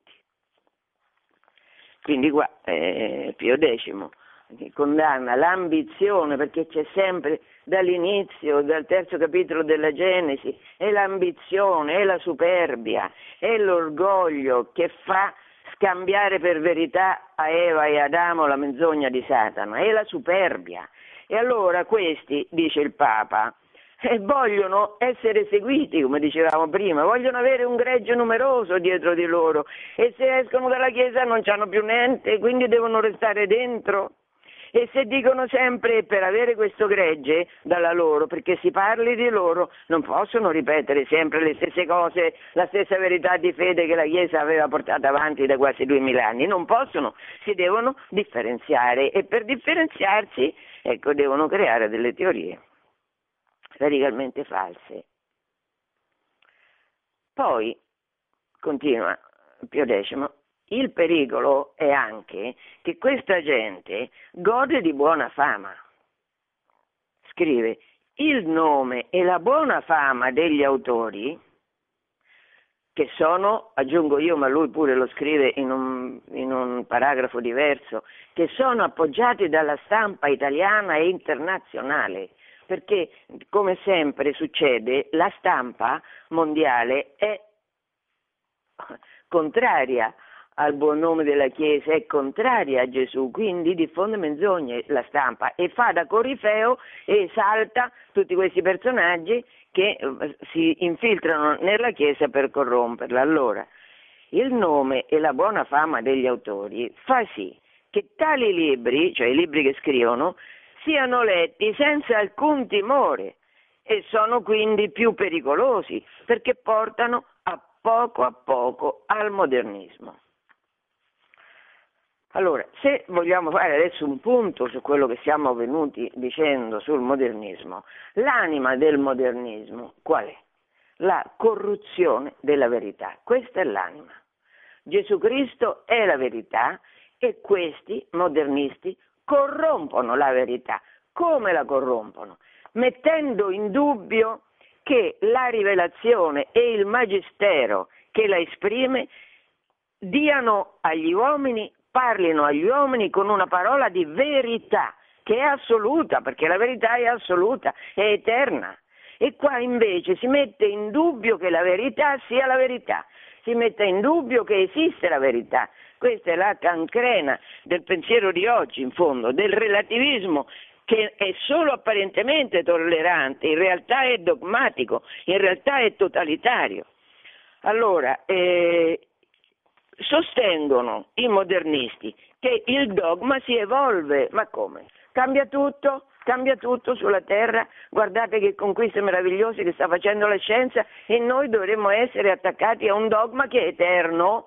Quindi qua Pio X condanna l'ambizione, perché c'è sempre dall'inizio, dal terzo capitolo della Genesi, è l'ambizione, è la superbia, è l'orgoglio che fa scambiare per verità a Eva e Adamo la menzogna di Satana, è la superbia. E allora questi, dice il Papa, vogliono essere seguiti, come dicevamo prima, vogliono avere un gregge numeroso dietro di loro, e se escono dalla Chiesa non c'hanno più niente, quindi devono restare dentro. E se dicono sempre per avere questo gregge dalla loro, perché si parli di loro, non possono ripetere sempre le stesse cose, la stessa verità di fede che la Chiesa aveva portato avanti da quasi 2000 anni, non possono, si devono differenziare, e per differenziarsi, devono creare delle teorie radicalmente false. Poi, continua Pio X, il pericolo è anche che questa gente gode di buona fama. Scrive: il nome e la buona fama degli autori, che sono, aggiungo io, ma lui pure lo scrive in un paragrafo diverso, che sono appoggiati dalla stampa italiana e internazionale, perché come sempre succede, la stampa mondiale è contraria al buon nome della Chiesa, è contraria a Gesù, quindi diffonde menzogne la stampa e fa da corifeo e esalta tutti questi personaggi che si infiltrano nella Chiesa per corromperla. Allora, il nome e la buona fama degli autori fa sì che tali libri, cioè i libri che scrivono, siano letti senza alcun timore e sono quindi più pericolosi perché portano a poco al modernismo. Allora, se vogliamo fare adesso un punto su quello che siamo venuti dicendo sul modernismo, l'anima del modernismo qual è? La corruzione della verità. Questa è l'anima. Gesù Cristo è la verità e questi modernisti corrompono la verità. Come la corrompono? Mettendo in dubbio che la rivelazione e il magistero che la esprime diano agli uomini, parlino agli uomini con una parola di verità, che è assoluta, perché la verità è assoluta, è eterna. E qua invece si mette in dubbio che la verità sia la verità, si mette in dubbio che esiste la verità. Questa è la cancrena del pensiero di oggi, in fondo, del relativismo, che è solo apparentemente tollerante, in realtà è dogmatico, in realtà è totalitario. Allora, sostengono i modernisti che il dogma si evolve, ma come? Cambia tutto sulla Terra, guardate che conquiste meravigliose che sta facendo la scienza e noi dovremmo essere attaccati a un dogma che è eterno.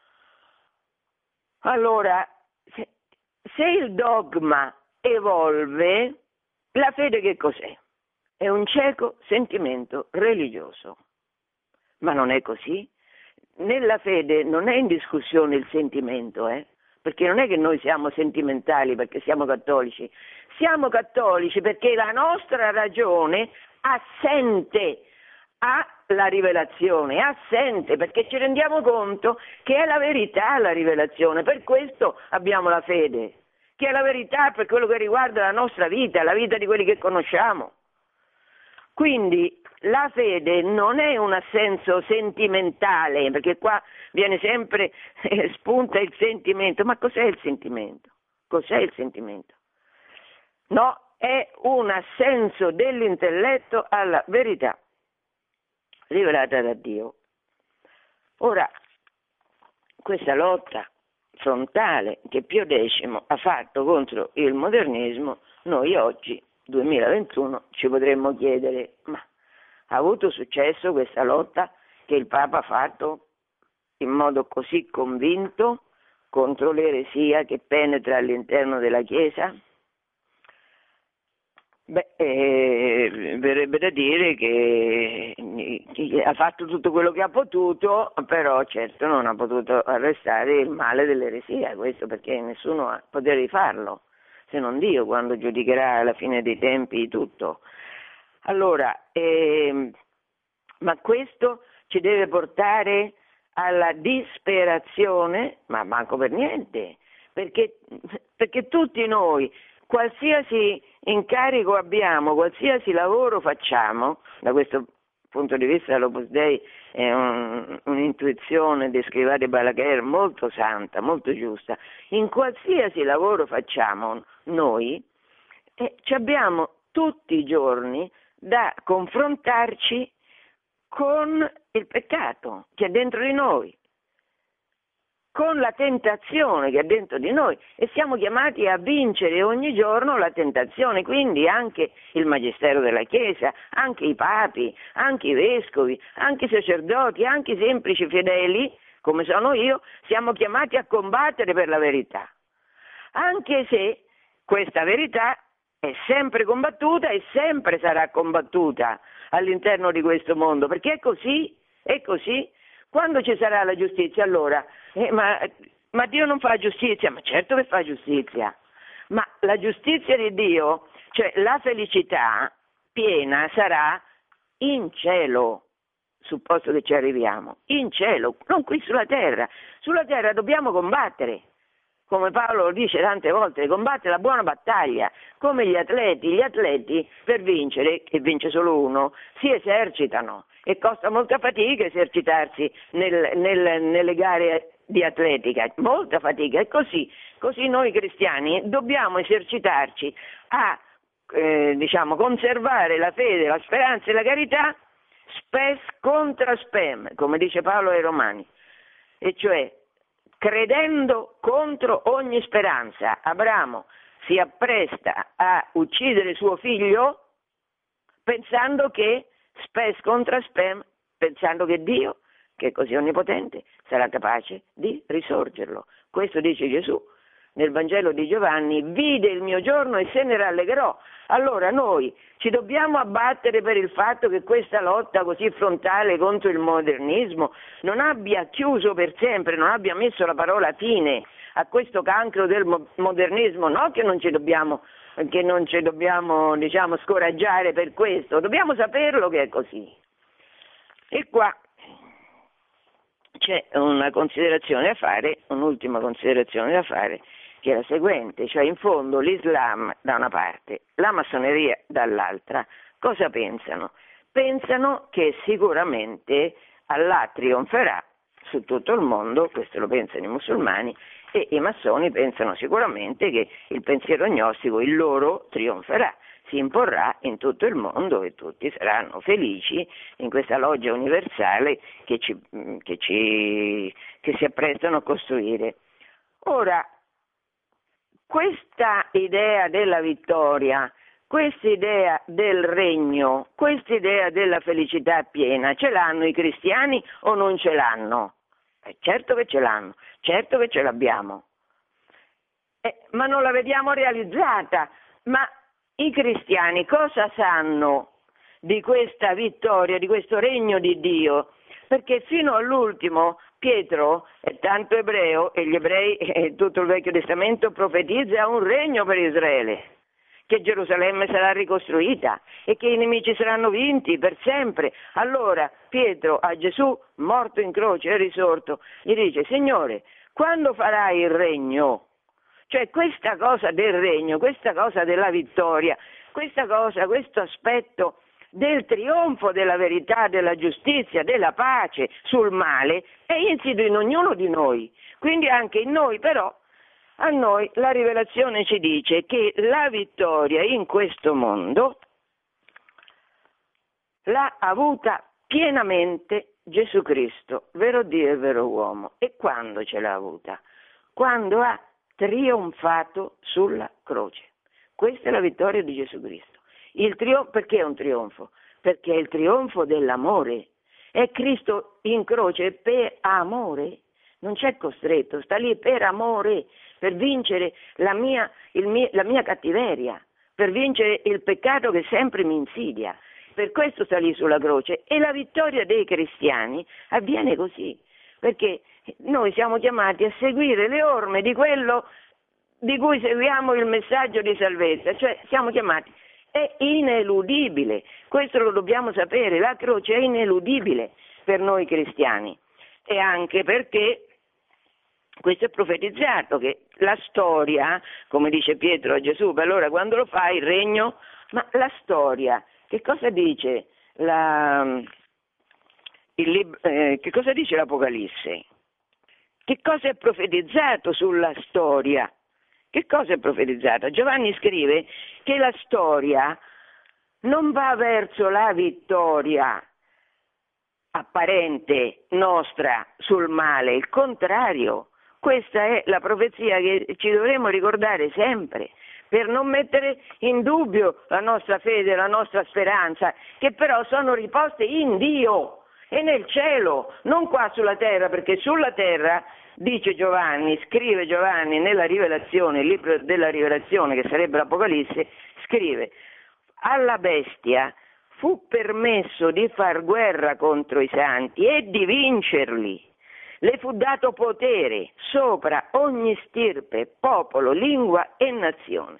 Allora, se il dogma evolve, la fede che cos'è? È un cieco sentimento religioso. Ma non è così? Nella fede non è in discussione il sentimento, perché non è che noi siamo sentimentali perché siamo cattolici perché la nostra ragione assente alla rivelazione, assente perché ci rendiamo conto che è la verità la rivelazione, per questo abbiamo la fede, che è la verità per quello che riguarda la nostra vita, la vita di quelli che conosciamo. Quindi la fede non è un assenso sentimentale, perché qua viene sempre spunta il sentimento. Ma cos'è il sentimento? Cos'è il sentimento? No, è un assenso dell'intelletto alla verità rivelata da Dio. Ora, questa lotta frontale che Pio X ha fatto contro il modernismo, noi oggi, 2021, ci potremmo chiedere, ma ha avuto successo questa lotta che il Papa ha fatto in modo così convinto contro l'eresia che penetra all'interno della Chiesa? Verrebbe da dire che ha fatto tutto quello che ha potuto, però certo non ha potuto arrestare il male dell'eresia, questo perché nessuno ha potere di farlo, se non Dio, quando giudicherà alla fine dei tempi tutto. Allora, ma questo ci deve portare alla disperazione, ma manco per niente, perché tutti noi, qualsiasi incarico abbiamo, qualsiasi lavoro facciamo, da questo punto di vista l'Opus Dei è un'intuizione di Scrivà Balaguer molto santa, molto giusta, in qualsiasi lavoro facciamo noi ci abbiamo tutti i giorni da confrontarci con il peccato che è dentro di noi, con la tentazione che è dentro di noi e siamo chiamati a vincere ogni giorno la tentazione, quindi anche il magistero della Chiesa, anche i papi, anche i vescovi, anche i sacerdoti, anche i semplici fedeli, come sono io, siamo chiamati a combattere per la verità, anche se questa verità è sempre combattuta e sempre sarà combattuta all'interno di questo mondo, perché è così. Quando ci sarà la giustizia, allora, ma Dio non fa giustizia? Ma certo che fa giustizia, ma la giustizia di Dio, cioè la felicità piena sarà in cielo, supposto che ci arriviamo, in cielo, non qui sulla terra. Sulla terra dobbiamo combattere, come Paolo lo dice tante volte, combattere la buona battaglia, come gli atleti per vincere, e vince solo uno, si esercitano. E costa molta fatica esercitarsi nelle gare di atletica, molta fatica, e così noi cristiani dobbiamo esercitarci a conservare la fede, la speranza e la carità spes contra spem, come dice Paolo ai Romani. e cioè credendo contro ogni speranza. Abramo si appresta a uccidere suo figlio pensando che spes contra spem, pensando che Dio, che è così onnipotente, sarà capace di risorgerlo. Questo dice Gesù nel Vangelo di Giovanni: vide il mio giorno e se ne rallegrò. Allora noi ci dobbiamo abbattere per il fatto che questa lotta così frontale contro il modernismo non abbia chiuso per sempre, non abbia messo la parola fine a questo cancro del modernismo. No, che non ci dobbiamo diciamo scoraggiare per questo, dobbiamo saperlo che è così. E qua c'è una considerazione da fare, un'ultima considerazione da fare, che è la seguente: cioè in fondo l'Islam da una parte, la massoneria dall'altra, cosa pensano? Pensano che sicuramente Allah trionferà su tutto il mondo, questo lo pensano i musulmani, e i massoni pensano sicuramente che il pensiero gnostico, il loro, trionferà, si imporrà in tutto il mondo e tutti saranno felici in questa loggia universale che si apprestano a costruire. Ora, questa idea della vittoria, questa idea del regno, questa idea della felicità piena, ce l'hanno i cristiani o non ce l'hanno? Certo che ce l'hanno, certo che ce l'abbiamo, ma non la vediamo realizzata. Ma i cristiani cosa sanno di questa vittoria, di questo regno di Dio? Perché fino all'ultimo Pietro è tanto ebreo, e gli ebrei e tutto il Vecchio Testamento profetizza un regno per Israele, che Gerusalemme sarà ricostruita e che i nemici saranno vinti per sempre. Allora Pietro a Gesù, morto in croce e risorto, gli dice: Signore, quando farai il regno? Cioè questa cosa del regno, questa cosa della vittoria, questa cosa, questo aspetto del trionfo della verità, della giustizia, della pace sul male è insito in ognuno di noi, quindi anche in noi. Però a noi la rivelazione ci dice che la vittoria in questo mondo l'ha avuta pienamente Gesù Cristo, vero Dio e vero uomo. E quando ce l'ha avuta? Quando ha trionfato sulla croce. Questa è la vittoria di Gesù Cristo. Perché è un trionfo? Perché è il trionfo dell'amore. È Cristo in croce per amore, non c'è costretto, sta lì per amore, per vincere la mia cattiveria, per vincere il peccato che sempre mi insidia. Per questo sta lì sulla croce. E la vittoria dei cristiani avviene così, perché noi siamo chiamati a seguire le orme di quello di cui seguiamo il messaggio di salvezza, cioè siamo chiamati, è ineludibile, questo lo dobbiamo sapere, la croce è ineludibile per noi cristiani, e anche perché questo è profetizzato, che la storia, come dice Pietro a Gesù, beh, allora quando lo fai il regno, ma la storia, che cosa dice che cosa dice l'Apocalisse? Che cosa è profetizzato sulla storia? Che cosa è profetizzato? Giovanni scrive che la storia non va verso la vittoria apparente nostra sul male, il contrario. Questa è la profezia che ci dovremo ricordare sempre, per non mettere in dubbio la nostra fede, la nostra speranza, che però sono riposte in Dio e nel cielo, non qua sulla terra, perché sulla terra, dice Giovanni, scrive Giovanni nella Rivelazione, il libro della Rivelazione, che sarebbe l'Apocalisse, scrive: alla bestia fu permesso di far guerra contro i santi e di vincerli. Le fu dato potere sopra ogni stirpe, popolo, lingua e nazione.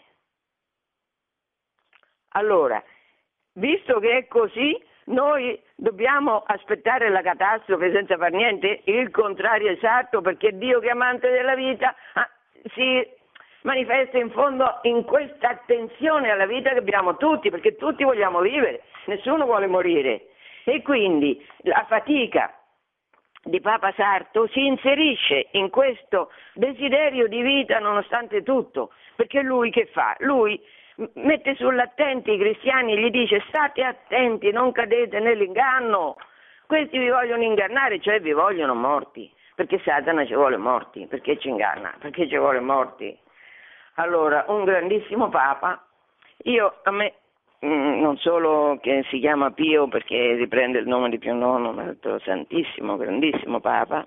Allora, visto che è così, noi dobbiamo aspettare la catastrofe senza far niente? Il contrario esatto, perché Dio, che è amante della vita, si manifesta in fondo in questa attenzione alla vita che abbiamo tutti, perché tutti vogliamo vivere, nessuno vuole morire. E quindi la fatica di Papa Sarto si inserisce in questo desiderio di vita nonostante tutto, perché lui che fa? Lui mette sull'attenti i cristiani e gli dice: state attenti, non cadete nell'inganno, questi vi vogliono ingannare, cioè vi vogliono morti. perché Satana ci vuole morti, perché ci inganna, perché ci vuole morti. Allora, un grandissimo Papa, a me non solo che si chiama Pio perché riprende il nome di Pio IX, un altro santissimo, grandissimo Papa,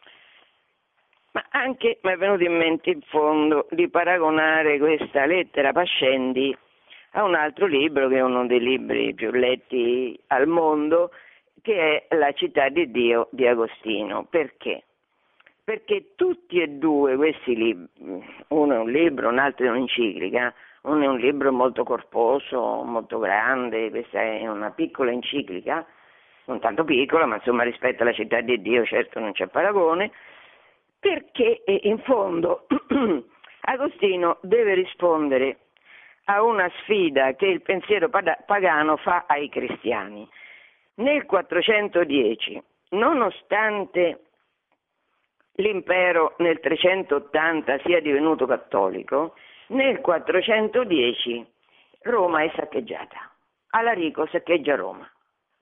ma anche mi è venuto in mente in fondo di paragonare questa lettera Pascendi a un altro libro che è uno dei libri più letti al mondo, che è La città di Dio di Agostino. Perché? Perché tutti e due questi libri, uno è un libro, un altro è un'enciclica, uno è un libro molto corposo, molto grande, questa è una piccola enciclica, non tanto piccola, ma insomma rispetto alla città di Dio certo non c'è paragone, perché in fondo Agostino deve rispondere a una sfida che il pensiero pagano fa ai cristiani. Nel 410, nonostante l'impero nel 380 sia divenuto cattolico, nel 410 Roma è saccheggiata. Alarico saccheggia Roma.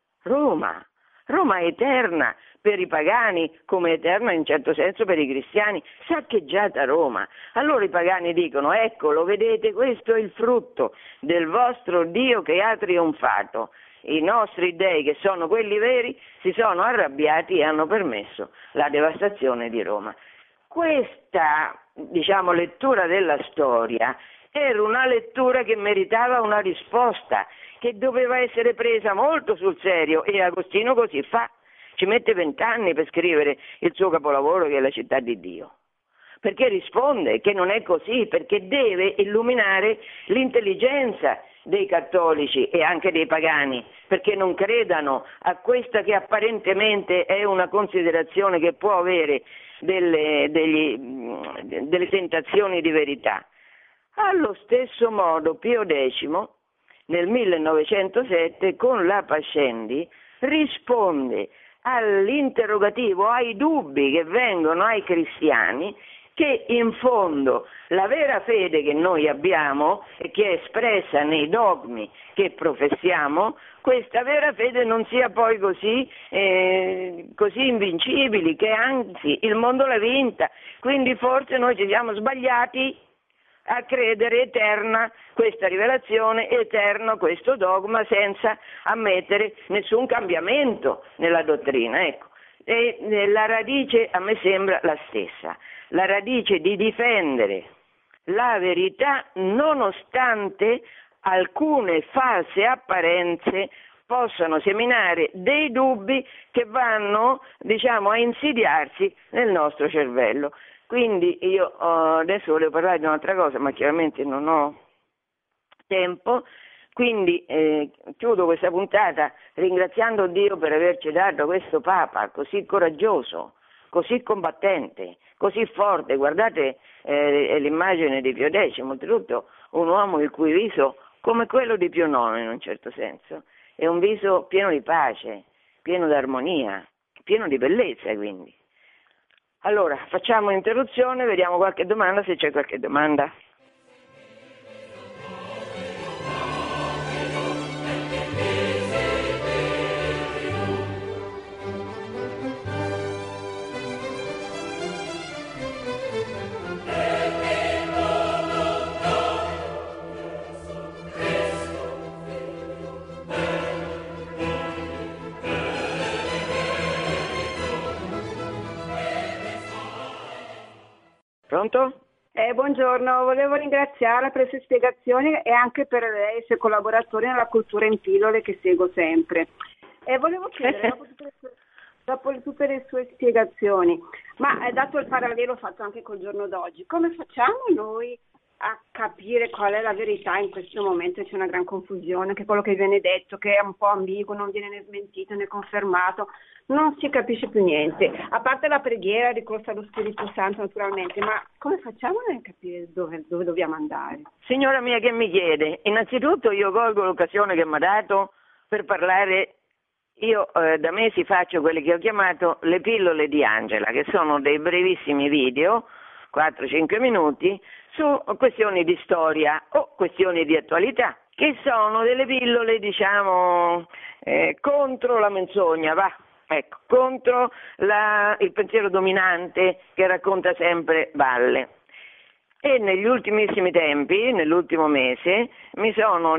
Roma è eterna per i pagani come è eterna in certo senso per i cristiani, saccheggiata Roma. Allora i pagani dicono: eccolo, vedete, questo è il frutto del vostro Dio che ha trionfato. I nostri dei, che sono quelli veri, si sono arrabbiati e hanno permesso la devastazione di Roma. Questa, lettura della storia era una lettura che meritava una risposta, che doveva essere presa molto sul serio, e Agostino così fa. Ci mette 20 anni per scrivere il suo capolavoro, che è La città di Dio, perché risponde che non è così, perché deve illuminare l'intelligenza dei cattolici e anche dei pagani, perché non credano a questa che apparentemente è una considerazione che può avere delle tentazioni di verità. Allo stesso modo Pio X nel 1907 con la Pascendi risponde all'interrogativo, ai dubbi che vengono ai cristiani, che in fondo la vera fede che noi abbiamo e che è espressa nei dogmi che professiamo, questa vera fede non sia poi così invincibili, che anzi il mondo l'ha vinta, quindi forse noi ci siamo sbagliati a credere eterna questa rivelazione, eterno questo dogma, senza ammettere nessun cambiamento nella dottrina. Ecco. E la radice a me sembra la stessa, la radice di difendere la verità nonostante alcune false apparenze possano seminare dei dubbi che vanno, a insidiarsi nel nostro cervello. Quindi io adesso volevo parlare di un'altra cosa, ma chiaramente non ho tempo, quindi chiudo questa puntata ringraziando Dio per averci dato questo Papa così coraggioso, così combattente, così forte. Guardate l'immagine di Pio X, oltretutto un uomo il cui viso, come quello di Pio IX in un certo senso, è un viso pieno di pace, pieno di armonia, pieno di bellezza quindi. Allora, facciamo un'interruzione, vediamo qualche domanda, se c'è qualche domanda. Pronto? Buongiorno, volevo ringraziarla per le sue spiegazioni e anche per lei e i suoi collaboratori nella cultura in pillole che seguo sempre. E volevo chiedere, dopo tutte le sue spiegazioni, ma dato il parallelo fatto anche col giorno d'oggi, come facciamo noi a capire qual è la verità in questo momento? C'è una gran confusione, che quello che viene detto, che è un po' ambiguo, non viene né smentito né confermato, non si capisce più niente, a parte la preghiera, ricorso allo Spirito Santo naturalmente, ma come facciamo a capire dove dobbiamo andare? Signora mia che mi chiede, innanzitutto io colgo l'occasione che mi ha dato per parlare. Io da mesi faccio quelle che ho chiamato le pillole di Angela, che sono dei brevissimi video, 4-5 minuti, su questioni di storia o questioni di attualità, che sono delle pillole, contro la menzogna, ecco, contro il pensiero dominante che racconta sempre valle. E negli ultimissimi tempi, nell'ultimo mese, mi sono,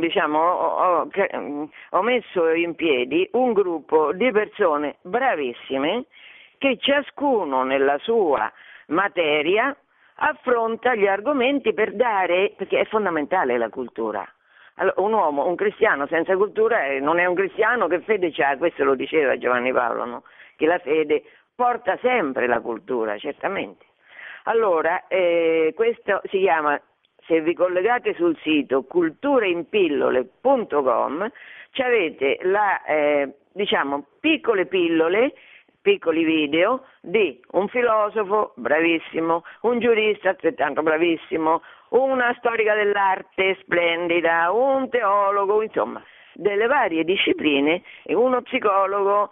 ho messo in piedi un gruppo di persone bravissime che ciascuno nella sua materia affronta gli argomenti per dare, perché è fondamentale la cultura. Allora, un cristiano senza cultura non è un cristiano. Che fede c'ha? Questo lo diceva Giovanni Paolo, no? Che la fede porta sempre la cultura, certamente. Allora, questo si chiama, se vi collegate sul sito culturaimpillole.com, avete piccole pillole, piccoli video di un filosofo bravissimo, un giurista altrettanto bravissimo, una storica dell'arte splendida, un teologo, insomma, delle varie discipline, uno psicologo,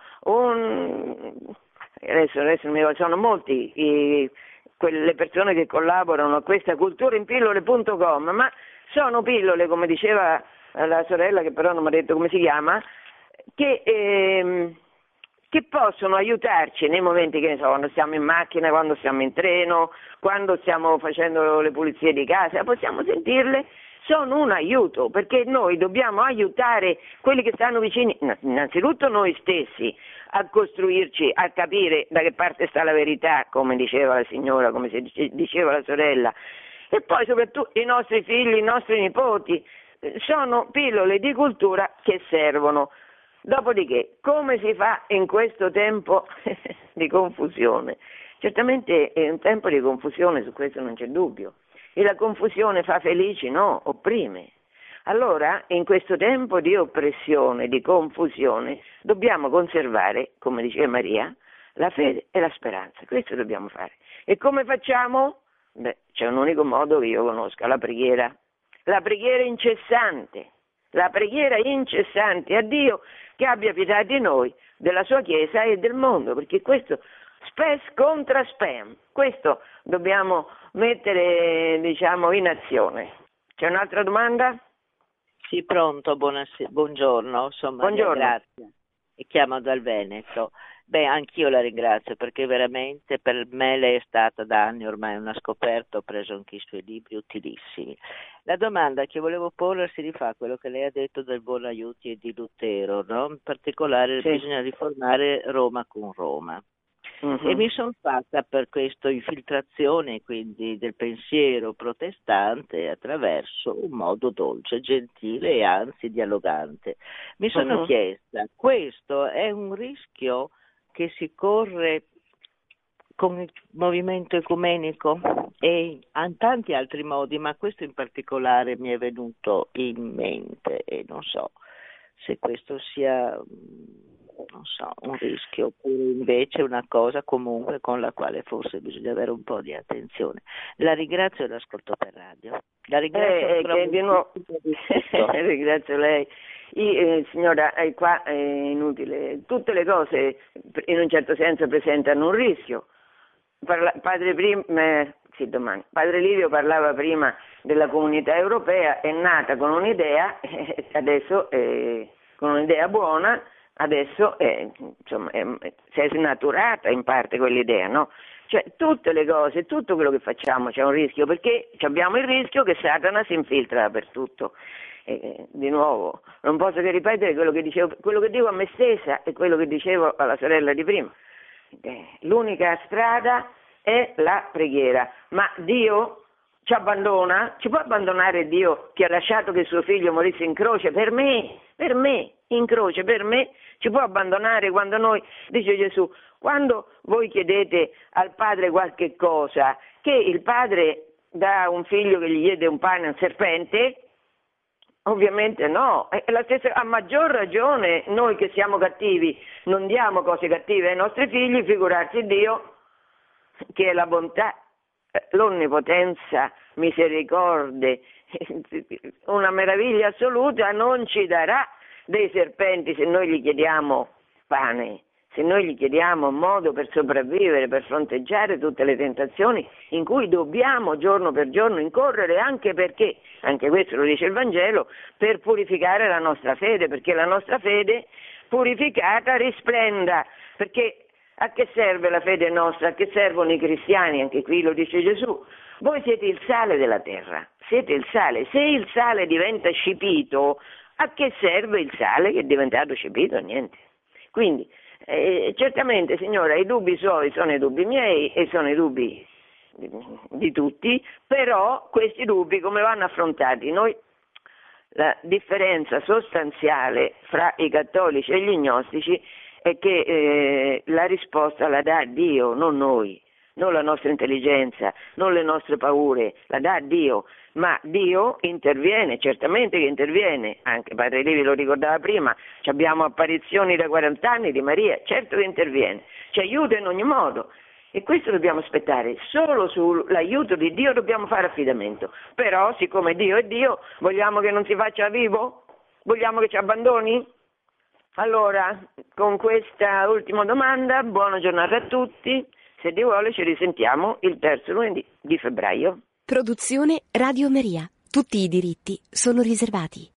adesso sono molti quelle persone che collaborano a questa culturaimpillole.com, ma sono pillole, come diceva la sorella, che però non mi ha detto come si chiama, che possono aiutarci nei momenti, che ne so, quando stiamo in macchina, quando stiamo in treno, quando stiamo facendo le pulizie di casa, possiamo sentirle, sono un aiuto, perché noi dobbiamo aiutare quelli che stanno vicini, innanzitutto noi stessi, a costruirci, a capire da che parte sta la verità, come diceva la signora, come diceva la sorella, e poi soprattutto i nostri figli, i nostri nipoti, sono pillole di cultura che servono. Dopodiché, come si fa in questo tempo di confusione? Certamente è un tempo di confusione, su questo non c'è dubbio. E la confusione fa felici? No, opprime. Allora, in questo tempo di oppressione, di confusione, dobbiamo conservare, come diceva Maria, la fede e la speranza. Questo dobbiamo fare. E come facciamo? C'è un unico modo che io conosca, la preghiera. La preghiera incessante. La preghiera incessante a Dio che abbia pietà di noi, della sua Chiesa e del mondo, perché questo spes contra spem, questo dobbiamo mettere, in azione. C'è un'altra domanda? Sì, pronto, buongiorno, sono Maria Grazia e chiamo dal Veneto. Anch'io la ringrazio, perché veramente per me lei è stata da anni ormai una scoperta, ho preso anche i suoi libri utilissimi. La domanda che volevo porre si rifà a quello che lei ha detto del buon aiuti e di Lutero, no? In particolare sì. Bisogna riformare Roma con Roma. E mi sono fatta per questo infiltrazione quindi del pensiero protestante attraverso un modo dolce, gentile e anzi dialogante. Mi sono chiesta, questo è un rischio che si corre con il movimento ecumenico e in tanti altri modi, ma questo in particolare mi è venuto in mente e non so se questo sia un rischio oppure invece una cosa comunque con la quale forse bisogna avere un po' di attenzione. La ringrazio e l'ascolto per radio. La ringrazio di nuovo. Ringrazio lei. Signora, qua è inutile. Tutte le cose in un certo senso presentano un rischio. Padre Livio parlava prima della comunità europea, è nata con un'idea, adesso con un'idea buona. Adesso si è snaturata in parte quell'idea, no? Cioè tutte le cose, tutto quello che facciamo c'è un rischio, perché abbiamo il rischio che Satana si infiltra dappertutto. Di nuovo, non posso che ripetere quello che dico a me stessa e quello che dicevo alla sorella di prima. L'unica strada è la preghiera, ma Dio ci abbandona? Ci può abbandonare Dio che ha lasciato che suo figlio morisse in croce per me, in croce, per me? Ci può abbandonare quando noi, dice Gesù, quando voi chiedete al Padre qualche cosa, che il Padre dà un figlio che gli chiede un pane a un serpente? Ovviamente no, a maggior ragione noi che siamo cattivi non diamo cose cattive ai nostri figli, figurarsi Dio che è la bontà, l'onnipotenza, misericorde, una meraviglia assoluta, non ci darà dei serpenti se noi gli chiediamo pane, se noi gli chiediamo un modo per sopravvivere, per fronteggiare tutte le tentazioni in cui dobbiamo giorno per giorno incorrere, anche perché, anche questo lo dice il Vangelo, per purificare la nostra fede, perché la nostra fede purificata risplenda, perché a che serve la fede nostra? A che servono i cristiani? Anche qui lo dice Gesù. Voi siete il sale della terra, siete il sale. Se il sale diventa scipito, a che serve il sale che è diventato scipito? Niente. Quindi, certamente, signora, i dubbi suoi sono i dubbi miei e sono i dubbi di tutti, però questi dubbi come vanno affrontati? La differenza sostanziale fra i cattolici e gli gnostici è che la risposta la dà Dio, non noi, non la nostra intelligenza, non le nostre paure, la dà Dio, ma Dio interviene, certamente che interviene, anche Padre Livi lo ricordava prima, abbiamo apparizioni da 40 anni di Maria, certo che interviene, ci aiuta in ogni modo. E questo dobbiamo aspettare, solo sull'aiuto di Dio dobbiamo fare affidamento, però siccome Dio è Dio, vogliamo che non si faccia vivo? Vogliamo che ci abbandoni? Allora, con questa ultima domanda, buona giornata a tutti, se Dio vuole ci risentiamo il terzo lunedì di febbraio. Produzione Radio Maria, tutti i diritti sono riservati.